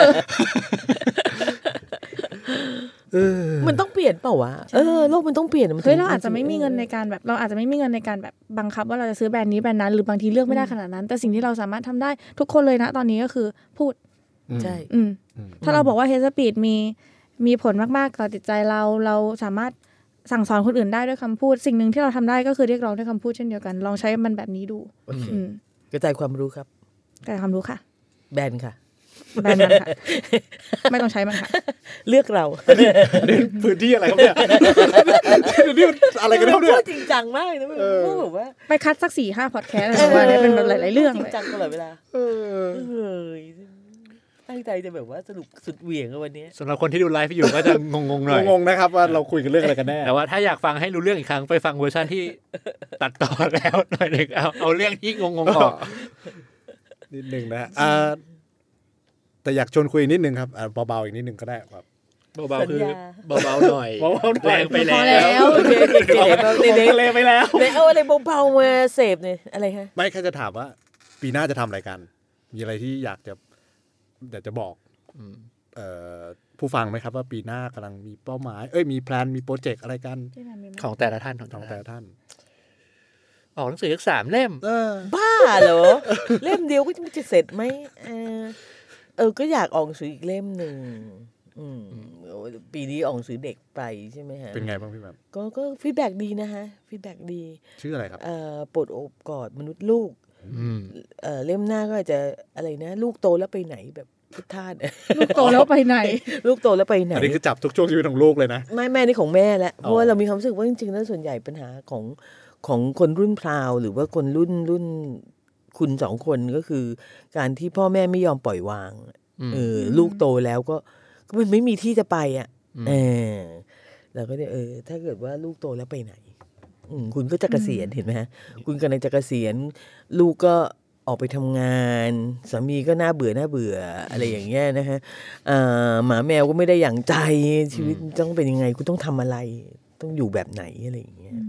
มันต้องเปลี่ยนเปล่าวะเออโลกมันต้องเปลี่ยนเฮ้ยเราอาจจะไม่มีเงินในการแบบเราอาจจะไม่มีเงินในการแบบบังคับว่าเราจะซื้อแบรนด์นี้แบรนด์นั้นหรือบางทีเลือกไม่ได้ขนาดนั้นแต่สิ่งที่เราสามารถทำได้ทุกคนเลยนะตอนนี้ก็คือพูดใช่ถ้าเราบอกว่า Hate Speech มีมีผลมากๆต่อจิตใจเราเราสามารถสั่งสอนคนอื่นได้ด้วยคำพูดสิ่งหนึ่งที่เราทำได้ก็คือเรียกร้องด้วยคำพูดเช่นเดียวกันลองใช้มันแบบนี้ดูกระจายความรู้ครับกระจายความรู้ค่ะแบนค่ะแบนมันค่ะไม่ต้องใช้มันค่ะเลือกเราพื้นที่อะไรครับเนี่ยนี่อะไรกันเนี่ยพูดจริงจังมากนะพูดแบบว่าไปคัดสักสี่ห้าพอดแคสต์อะไรว่าเป็นแบบหลายๆเรื่องจริงจังตลอดเวลาเออตั้งใจจะแบบว่าสนุกสุดเหวี่ยงวันนี้สำหรับคนที่ดูไลฟ์อยู่ก็จะงงๆหน่อยงงๆนะครับว่าเราคุยกันเรื่องอะไรกันแน่แต่ว่าถ้าอยากฟังให้รู้เรื่องอีกครั้งไปฟังเวอร์ชันที่ตัดต่อแล้วหน่อยนึงเอาเอาเรื่องที่งงๆออกนิดนึงนะอ่าแต่อยากชวนคุยนิดนึงครับเบาๆอีกนิดนึงก็ได้ครับเบาๆคือเบาๆหน่อยแรงไปแล้วโอเคเล็กๆไปแล้วเอาอะไรเบาๆมาเสพเนี่ยอะไรคะไม่แค่จะถามว่าปีหน้าจะทำอะไรกันมีอะไรที่อยากจะอยากจะบอกผู้ฟังไหมครับว่าปีหน้ากำลังมีเป้าหมายเอ้ยมีแพลนมีโปรเจกต์อะไรกันของแต่ละท่านของแต่ละท่านออกหนังสือสามเล่มบ้าเหรอเล่มเดียวก็จะเสร็จไหมเออเออก็อยากออกหนังสืออีกเล่มหนึ่งปีนี้ออกหนังสือเด็กไปใช่ไหมฮะเป็นไงบ้างพี่แบบก็ก็ฟีดแบ็กดีนะฮะฟีดแบ็กดีชื่ออะไรครับเอ่อปลดโอบกอดมนุษย์ลูกเอ่อเล่มหน้าก็จะอะไรนะลูกโตแล้วไปไหนแบบพุทธาสลูกโตแล้วไปไหนลูกโตแล้วไปไหนอันนี้คือจับทุกช่วงชีวิตของลูกเลยนะไม่แม่นี่ของแม่แหละเพราะว่าเรามีความรู้สึกว่าจริงๆแล้วส่วนใหญ่ปัญหาของของคนรุ่นพราวหรือว่าคนรุ่นรุ่นคุณสองคนก็คือการที่พ่อแม่ไม่ยอมปล่อยวางเออลูกโตแล้วก็ก็มันไม่มีที่จะไปอ่ะเออเราก็เนี่ยเออถ้าเกิดว่าลูกโตแล้วไปไหนคุณก็จะเกษียณเห็นไหมฮะคุณกำลังจะเกษียณลูกก็ออกไปทำงานสามีก็น่าเบื่อน่าเบื่ออะไรอย่างเงี้ยนะฮะหมาแมวก็ไม่ได้อย่างใจชีวิตต้องเป็นยังไงคุณต้องทำอะไรต้องอยู่แบบไหนอะไรอย่างเงี้ย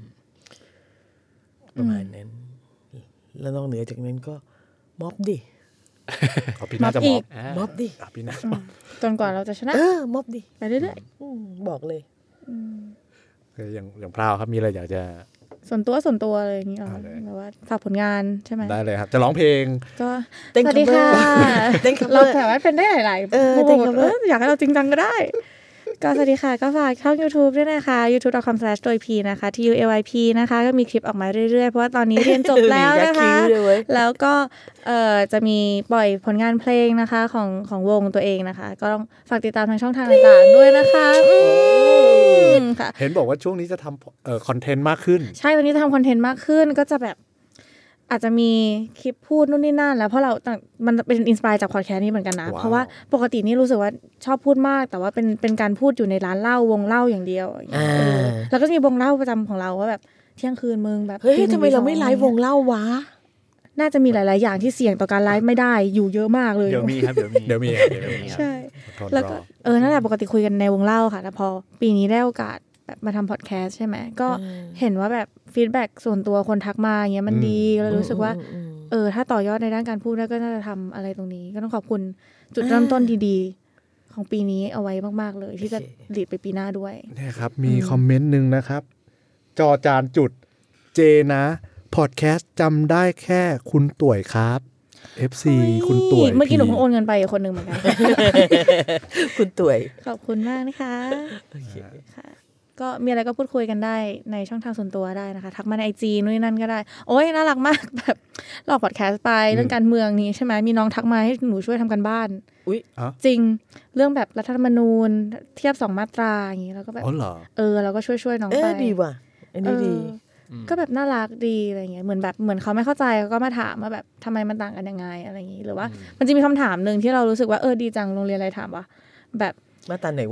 ประมาณนั้นแล้วนอกเหนือจากนั้นก็ม็อบดิขอพี่น่าจะม็อบม็อบดิพี่น่าจนกว่าเราจะชนะเออม็อบดิไปเรื่อยๆบอกเลยคืออย่างอย่างพราวครับมีอะไรอยากจะส่วนตัวส่วนตัวอะไรอย่างเงี้ยแบบว่าฝากผลงานใช่ไหมได้เลยครับจะร้องเพลงก็สวัสดีค่ะเราสามารถเป็นได้หลายๆเอออยากให้เราจริงจังก็ได้ก็สวัสดีค่ะก็ฝากช่อง YouTube ด้วยนะคะ ยูทูบ ดอท คอม สแลช โดย P นะคะ ที ยู เอล ไอ พี นะคะก็มีคลิปออกมาเรื่อยๆเพราะว่าตอนนี้เรียนจบแล้วนะคะแล้วก็เอ่อจะมีปล่อยผลงานเพลงนะคะของของวงตัวเองนะคะก็ต้องฝากติดตามทางช่องทางต่างๆด้วยนะคะค่ะเห็นบอกว่าช่วงนี้จะทำเอ่อคอนเทนต์มากขึ้นใช่ตอนนี้จะทำคอนเทนต์มากขึ้นก็จะแบบอาจจะมีคลิปพูดนู่นนี่นั่นแล้วเพราะเรามันเป็นอินสไปร์จากพอดแคสต์นี้เหมือนกันนะ wow. เพราะว่าปกตินี่รู้สึกว่าชอบพูดมากแต่ว่าเป็นเป็นการพูดอยู่ในร้านเหล้าวงเหล้าอย่างเดียวแล้วก็จะมีวงเหล้าประจำของเราว่าแบบเที่ยงคืนมึงแบบเฮ้ยทำไมเราไม่ไลฟ์วงเหล้าวะน่าจะมีหลายๆอย่างที่เสี่ยงต่อการไลฟ์ไม่ได้อยู่เยอะมากเลยเดี๋ยวมีครับเดี๋ยวมีเดี๋ยวมีใช่แล้วก็เออนั่นแหละปกติคุยกันในวงเหล้าค่ะแต่พอปีนี้ได้โอกาสแบบมาทำพอดแคสต์ใช่ไหมก็เห็นว่าแบบฟีดแบ็กส่วนตัวคนทักมาอย่างเงี้ยมันดีเรารู้สึกว่าเออถ้าต่อยอดในด้านการพูดได้ก็น่าจะทำอะไรตรงนี้ก็ต้องขอบคุณจุดเริ่มต้นดีๆของปีนี้เอาไว้มากๆเลยที่จะลีดไปปีหน้าด้วยนี่ครับมีคอมเมนต์นึงนะครับจอจานจุดเจนะพอดแคสต์จำได้แค่คุณต่วยครับ เอฟ ซี คุณต่วยเมื่อกี้หนูเพิ่งโอนเงินไปอีกคนนึงเหมือนกันคุณต่วยขอบคุณมากนะคะค่ะก็มีอะไรก็พูดคุยกันได้ในช่องทางส่วนตัวได้นะคะทักมาใน ไอ จี นู่นนั่นก็ได้โอ๊ยน่ารักมากแบบหลอกพอดแคสต์ไปเรื่องการเมืองนี้ใช่ไหมมีน้องทักมาให้หนูช่วยทำกันบ้านอุ๊ยจริงเรื่องแบบรัฐธรรมนูญเทียบสองมาตราอย่างนี้แล้วก็แบบอ๋อเหรอเออเราก็ช่วยช่วยน้องไปเออดีว่ะอันนี้ดีก็แบบน่ารักดีอะไรเงี้ยเหมือนแบบเหมือนเขาไม่เข้าใจก็มาถามว่าแบบทำไมมันต่างกันยังไงอะไรอย่างนี้หรือว่ามันจะมีคำถามนึงที่เรารู้สึกว่าเออดีจังโรงเรียนอะไรถามว่าแบบมาตราไหนวะ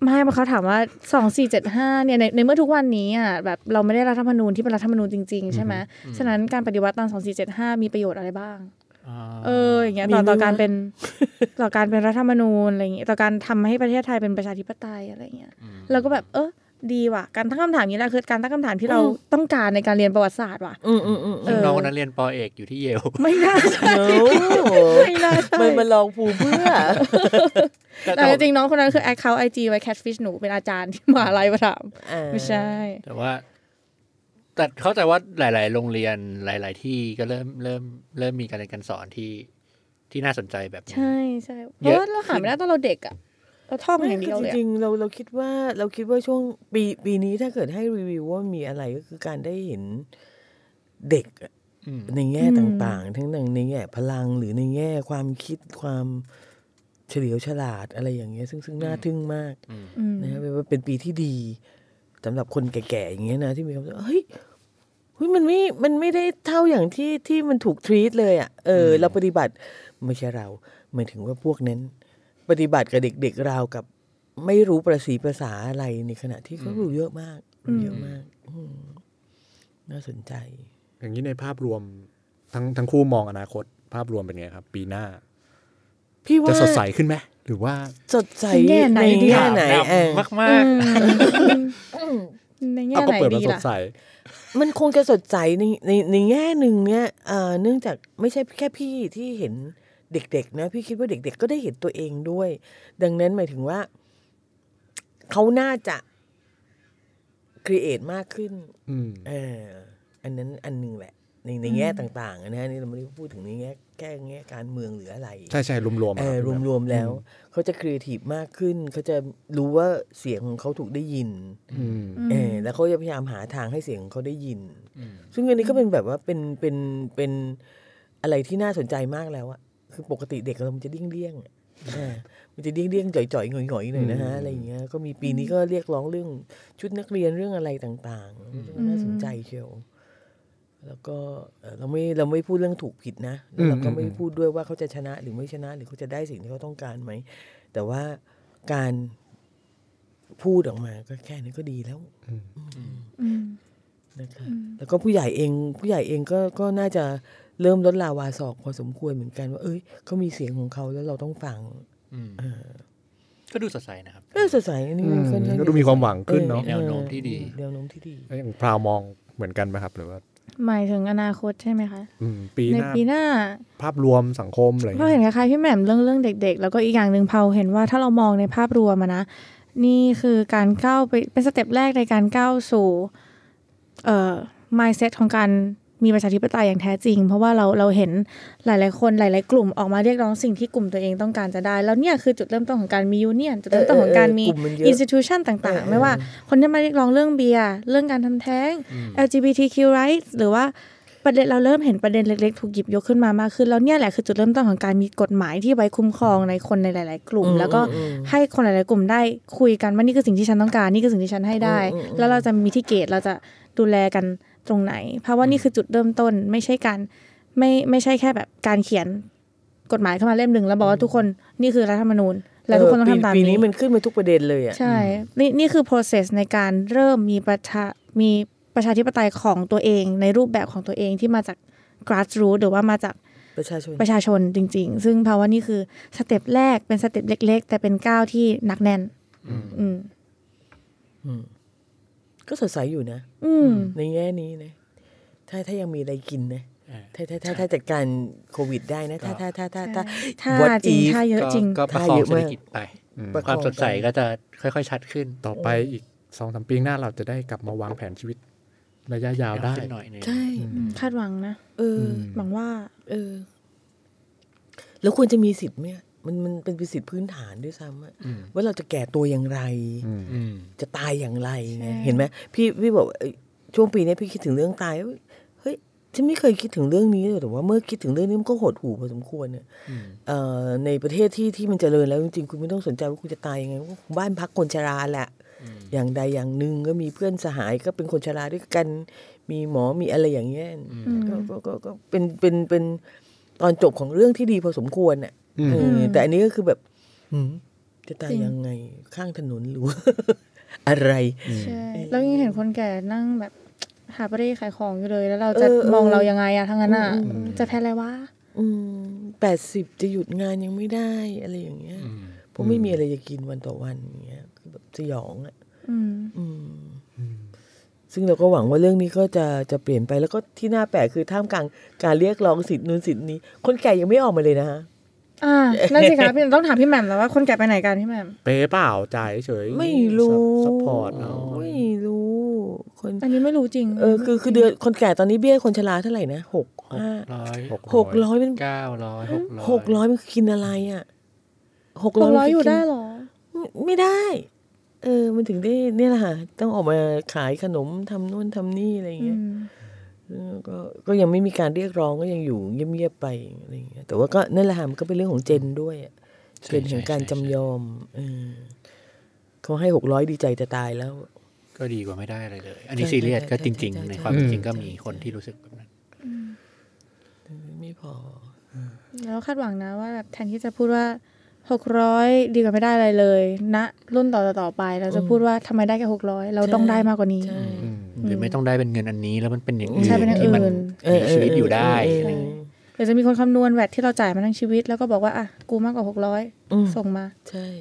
ไม่เพราะเขาถามว่าสองสี่เจ็ดห้าเนี่ยในในเมื่อทุกวันนี้อ่ะแบบเราไม่ได้รัฐธรรมนูญที่เป็นรัฐธรรมนูญจริงๆใช่ไหมฉะนั้นการปฏิวัติตอนสองสี่เจ็ดห้ามีประโยชน์อะไรบ้างเอออย่างเงี้ยต่อต่อการเป็นต่อการเป็นรัฐธรรมนูญอะไรอย่างเงี้ยต่อการทำให้ประเทศไทยเป็นประชาธิปไตยอะไรอย่างเงี้ยเราก็แบบเออดีว่ะการตั้งคำถามนี้แหละคือการตั้งคำถามที่เราต้องการในการเรียนประวัติศาสตร์ว่ะอืมอืมอืมน้องคนนั้นเรียนป.เอกอยู่ที่เยลไม่น่าใช่ไม่น่าใช่มันมาลองภูเพื่อแต่จริงน้องคนนั้นคือ account ไอ จี ไว้ catfish หนูเป็นอาจารย์ที่มหาลัยมาถามไม่ใช่แต่ว่าแต่เข้าใจว่าหลายๆโรงเรียนหลายๆที่ก็เริ่มเริ่มเริ่มมีการเรียนการสอนที่ที่น่าสนใจแบบนี้ใช่ใช่เพราะว่าเราหาไม่ได้ตอนเราเด็กอ่ะเราท่องอย่างเดียวเลยจริงๆเราเราคิดว่าเราคิดว่าช่วงปีปีนี้ถ้าเกิดให้รีวิวว่ามีอะไรก็คือการได้เห็นเด็กในแง่ต่างๆทั้งในแง่พลังหรือในแง่ความคิดความเฉลียวฉลาดอะไรอย่างเงี้ยซึ่งซึ่งน่าทึ่งมากนะฮะเป็นปีที่ดีสำหรับคนแก่ๆอย่างเงี้ยนะที่มีความรู้สึกเฮ้ยเฮ้ยมันไม่มันไม่ได้เท่าอย่างที่ที่มันถูกทรีตเลยอ่ะเออเราปฏิบัติไม่ใช่เราหมายถึงว่าพวกนั้นปฏิบัติกับเด็กๆราวกับไม่รู้ประสีภาษาอะไรในขณะที่เขารู้เยอะมากเยอะมากน่าสนใจอย่างนี้ในภาพรวมทั้งทั้งคู่มองอนาคตภาพรวมเป็นไงครับปีหน้าพี่ว่าจะสดใสขึ้นไหมหรือว่าสดใสในแง่ไหนแง่ไหนมากมากในแง่ไหนดีล่ะมันคงจะสดใสในในในแง่หนึ่งเนี่ยเนื่องจากไม่ใช่แค่พี่ที่เห็นเด็กๆนะพี่คิดว่าเด็กๆก็ได้เห็นตัวเองด้วยดังนั้นหมายถึงว่าเขาน่าจะครีเอทมากขึ้นเอออันนั้นอันนึงแหละในในแง่ต่างๆนะฮะนี่เราไม่ได้พูดถึงในแง่แก้แง่การเมืองหรืออะไรใช่ใช่รวมๆเออรวมๆแล้วเขาจะครีเอทีฟมากขึ้นเขาจะรู้ว่าเสียงของเขาถูกได้ยินเออแล้วเขาจะพยายามหาทางให้เสียงของเขาได้ยินซึ่งอันนี้ก็เป็นแบบว่าเป็นเป็นเป็นอะไรที่น่าสนใจมากแล้วอะคือปกติเด็กเรามันจะเดี้ยงๆมันจะเดี้ยงๆจ่อยๆหงอยๆหน่อยนะฮะอะไรอย่างเงี้ยก็มีปีนี้ก็เรียกร้องเรื่องชุดนักเรียนเรื่องอะไรต่างๆน่าสนใจเชียวแล้วก็เราไม่เราไม่พูดเรื่องถูกผิดนะแล้วเราก็ไม่พูดด้วยว่าเขาจะชนะหรือไม่ชนะหรือเขาจะได้สิ่งที่เขาต้องการไหมแต่ว่าการพูดออกมาก็แค่นี้ก็ดีแล้วนะคะแล้วก็ผู้ใหญ่เองผู้ใหญ่เองก็ก็น่าจะเริ่มลดลาวาศอกพอสมควรเหมือนกันว่าเอ้ยเขามีเสียงของเขาแล้วเราต้องฟังก็ดูสดใสนะครับก็สดใสอันนี้ก็ดูมีความหวังขึ้นเนาะแนวโน้มที่ดีแนวโน้มที่ดีอย่างพราวมองเหมือนกันไหมครับหรือว่าหมายถึงอนาคตใช่ไหมคะปีหน้าปีหน้าภาพรวมสังคมอะไรเพราะเห็นคล้ายๆพี่แหม่มเรื่องเรื่องเด็กๆแล้วก็อีกอย่างนึงเผาเห็นว่าถ้าเรามองในภาพรวมอะนะนี่คือการก้าวไปเป็นสเต็ปแรกในการก้าวสู่เอ่อ mindset ของการมีประชาธิปไตยอย่างแท้จริงเพราะว่าเราเราเห็นหลายๆคนหลายๆกลุ่มออกมาเรียกร้องสิ่งที่กลุ่มตัวเองต้องการจะได้แล้วเนี่ยคือจุดเริ่มต้นของการมียูเนียนจุดเริ่มต้นของการมี institution ต่างๆไม่ว่าคนที่มาเรียกร้องเรื่องเบียร์เรื่องการทำแท้ง แอล จี บี ที คิว rights หรือว่าประเด็นเราเริ่มเห็นประเด็นเล็กๆถูกหยิบยกขึ้นมามากขึ้นแล้วเนี่ยแหละคือจุดเริ่มต้นของการมีกฎหมายที่ไว้คุ้มครองในคนในหลายๆกลุ่มแล้วก็ให้คนหลายๆกลุ่มได้คุยกันว่านี่คือสิ่งที่ฉันต้องการนี่คือสิ่งที่ฉันให้ได้แล้วเราจะมีมิติเกตเราจะดูแลกันตรงไหนเพราะว่านี่คือจุดเริ่มต้นไม่ใช่การไม่ไม่ใช่แค่แบบการเขียนกฎหมายเข้ามาเล่มหนึ่งแล้วบอกว่าทุกคนนี่คือรัฐธรรมนูญแล้วทุกคนต้องทำตามนี้ปีนี้มันขึ้นมาทุกประเด็นเลยอ่ะใช่นี่นี่คือ process ในการเริ่มมีประชามีประชาธิปไตยของตัวเองในรูปแบบของตัวเองที่มาจาก grassroots หรือว่ามาจากประชาชนประชาชนจริงๆซึ่งเพราะว่านี่คือสเต็ปแรกเป็นสเต็ปเล็กๆแต่เป็นก้าวที่หนักแน่นอืมอืมก็สดใสอยู่นะในแง่นี้นะถ้าถ้ายังมีอะไรกินนะถ้าถ้าถ้าถ้าจัดการโควิดได้นะถ้าถ้าถ้าถ้าถ้าถ้าจริงถ้าเยอะจริงก็ประคองเศรษฐกิจไปความสดใสก็จะค่อยๆชัดขึ้นต่อไปอีก สองถึงสาม ปีหน้าเราจะได้กลับมาวางแผนชีวิตระยะยาวได้ใช่คาดหวังนะเออหวังว่าเออแล้วควรจะมีสิทธิ์ไหมมันมันเป็นสิทธิพื้นฐานด้วยซ้ำว่าเราจะแก่ตัวอย่างไรจะตายอย่างไรไงเห็นไหมพี่พี่บอกช่วงปีนี้พี่คิดถึงเรื่องตายเฮ้ยฉันไม่เคยคิดถึงเรื่องนี้เลยแต่ว่าเมื่อคิดถึงเรื่องนี้มันก็หดหู่พอสมควรเนี่ยในประเทศที่ที่มันเจริญแล้วจริงๆคุณไม่ต้องสนใจว่าคุณจะตายยังไงบ้านพักคนชราแหละอย่างใดอย่างหนึ่งก็มีเพื่อนสหายก็เป็นคนชราด้วยกันมีหมอมีอะไรอย่างเงี้ยก็ก็ก็เป็นเป็นเป็นตอนจบของเรื่องที่ดีพอสมควรน่ะแต่อันนี้ก็คือแบบจจะตายยังไงข้างถนนหรือ อะไรใช่แล้วยังเห็นคนแก่นั่งแบบหาปรีขายของอยู่เลยแล้วเราจะมองเรายังไงอะทั้งนั้นอะจะแพ้อะไรวะแปดสิบจะหยุดงานยังไม่ได้อะไรอย่างเงี้ยเพราะไม่มีอะไรจะกินวันต่อวันอย่างเงี้ยคือแบบสยองอ่ะซึ่งเราก็หวังว่าเรื่องนี้ก็จะจะเปลี่ยนไปแล้วก็ที่น่าแปลกคือท่ามกลางการเรียกร้องสิทธิ์นู้นสิทธิ์นี้คนแก่ยังไม่ออกมาเลยนะฮะอ่านั่นสิคะพี่ต้องถามพี่แหม่มแล้วว่าคนแก่ไปไหนกันพี่แหม่มเป๊ะเปล่าจ่ายเฉยไม่รู้ซัพพอร์ตเนาะไม่รู้คนอันนี้ไม่รู้จริงเออคือคือเดือนคนแก่ตอนนี้เบี้ยคนชราเท่าไหร่นะหกห้าหกร้อยเป็นเก้าร้อยหกร้อยหกร้อยมันกินอะไรอ่ะหกร้อยอยู่ได้หรอไม่ได้เออมันถึงได้เนี่ยแหละค่ะต้องออกมาขายขนมทำโน่นทำนี่อะไรอย่างเงี้ยก็ก็ยังไม่มีการเรียกร้องก็ยังอยู่เงียบๆไปอะไรอย่างเงี้ยแต่ว่าก็นั่นแหละค่ะมันก็เป็นเรื่องของเจนด้วยเจนแห่งการจำยอมเออเขาให้หกร้อยดีใจจะตายแล้วก็ดีกว่าไม่ได้อะไรเลยอันนี้ซีเรียสก็จริงๆในความจริงก็มีคนที่รู้สึกแบบนั้นไม่พอแล้วคาดหวังนะว่าแบบแทนที่จะพูดว่าหกร้อยดีกว่าไม่ได้อะไรเลยณรุ่นต่อต่อไปเราจะพูดว่าทำไมได้แค่หกร้อยเราต้องได้มากกว่านี้หรือไม่ต้องได้เป็นเงินอันนี้แล้วมันเป็นอย่างอื่นที่มันมีชีวิตอยู่ได้เดี๋ยวจะมีคนคำนวณแวดที่เราจ่ายมาทั้งชีวิตแล้วก็บอกว่าอ่ะกูมากกว่าหกร้อยส่งมาใช่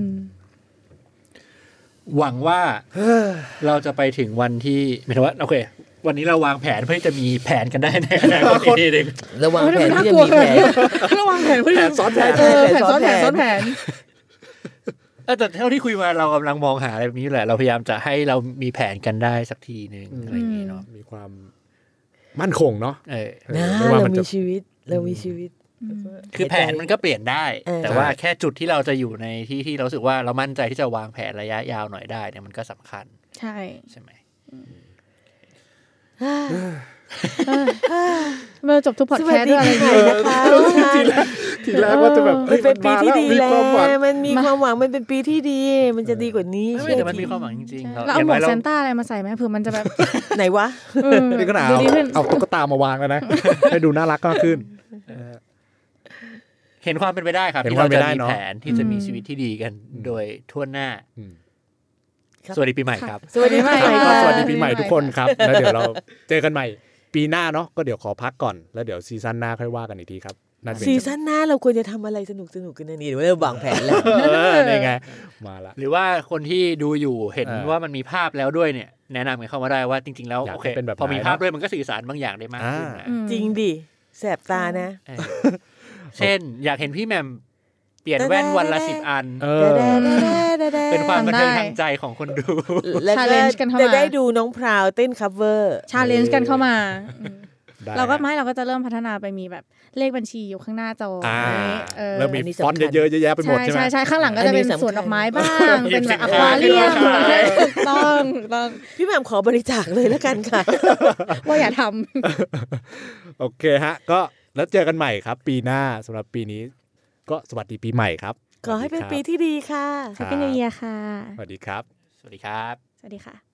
หวังว่าเราจะไปถึงวันที่หมายถึงว่าโอเควันนี้เราวางแผนเพื่อจะมีแผนกันได้ในอนาคตนี้เองระวางแผนที่จะมีแผนระวางแผนเพื่อซ้อนแผนแผนซ้อนแผนซ้อนแผนแต่เท่าที่คุยมาเรากำลังมองหาอะไรแบบนี้แหละเราพยายามจะให้เรามีแผนกันได้สักทีนึงอะไรอย่างนี้เนาะมีความมั่นคงเนาะเออเรามีชีวิตเรามีชีวิตคือแผนมันก็เปลี่ยนได้แต่ว่าแค่จุดที่เราจะอยู่ในที่ที่เราสึกว่าเรามั่นใจที่จะวางแผนระยะยาวหน่อยได้เนี่ยมันก็สำคัญใช่ใช่ไหมเมื่อจบทุกพอดแคสต์ด้วยอะไรอย่างเงี้ยนะคะทีแรกทีแรกว่าจะแบบมันเป็นปีที่ดีแล้วมันมีความหวังมันเป็นปีที่ดีมันจะดีกว่านี้ไม่แต่มันมีความหวังจริงๆเราเอาหมวกซานต้าอะไรมาใส่ไหมเผื่อมันจะแบบไหนวะนี่ก็หนาวเอาตุ๊กตามาวางแล้วนะให้ดูน่ารักมากขึ้นเห็นความเป็นไปได้ครับที่เราจะมีแผนที่จะมีชีวิตที่ดีกันโดยทั่วหน้าสวัสดีปีใหม่ครับสวัสดีปีใหม่สวัสดีปีใหม่ทุกคนครับแล้วเดี๋ยวเราเจอกันใหม่ปีหน้าเนาะก็เดี๋ยวขอพักก่อนแล้วเดี๋ยวซีซั่นหน้าค่อยว่ากันอีกทีครับซีซั่นหน้าเราควรจะทำอะไรสนุกสนุกกันนี่หรือว่าเราวางแผนแล้วนี่ไงมาละหรือว่าคนที่ดูอยู่เห็นว่ามันมีภาพแล้วด้วยเนี่ยแนะนำกันเข้ามาได้ว่าจริงๆแล้วโอเคพอมีภาพด้วยมันก็สื่อสารบางอย่างได้มากขึ้นนะจริงดิแสบตานะเช่นอยากเห็นพี่แหม่มเปลี่ยนแว่นวันละสิบอันเป็นความบันเทิงทางใจของคนดูชาเลนจ์กันเข้ามาจะได้ดูน้องพราวเต้นคัฟเวอร์ชาเลนจ์กันเข้ามาเราก็ไม่เราก็จะเริ่มพัฒนาไปมีแบบเลขบัญชีอยู่ข้างหน้าจอเริ่มมีฟอนต์เยอะๆแยะไปหมดใช่ไหมใช่ใช่ข้างหลังก็จะเป็นสวนดอกไม้บ้างเป็นแบบอควาเรียมต้องต้องพี่แหม่มขอบริจาคเลยแล้วกันค่ะว่าอย่าทำโอเคฮะก็แล้วเจอกันใหม่ครับปีหน้าสำหรับปีนี้ก็สวัสดีปีใหม่ครับขอให้เป็นปีที่ดีค่ะแฮปปี้นิวเยียร์ค่ะสวัสดีครับสวัสดีครับสวัสดีค่ะ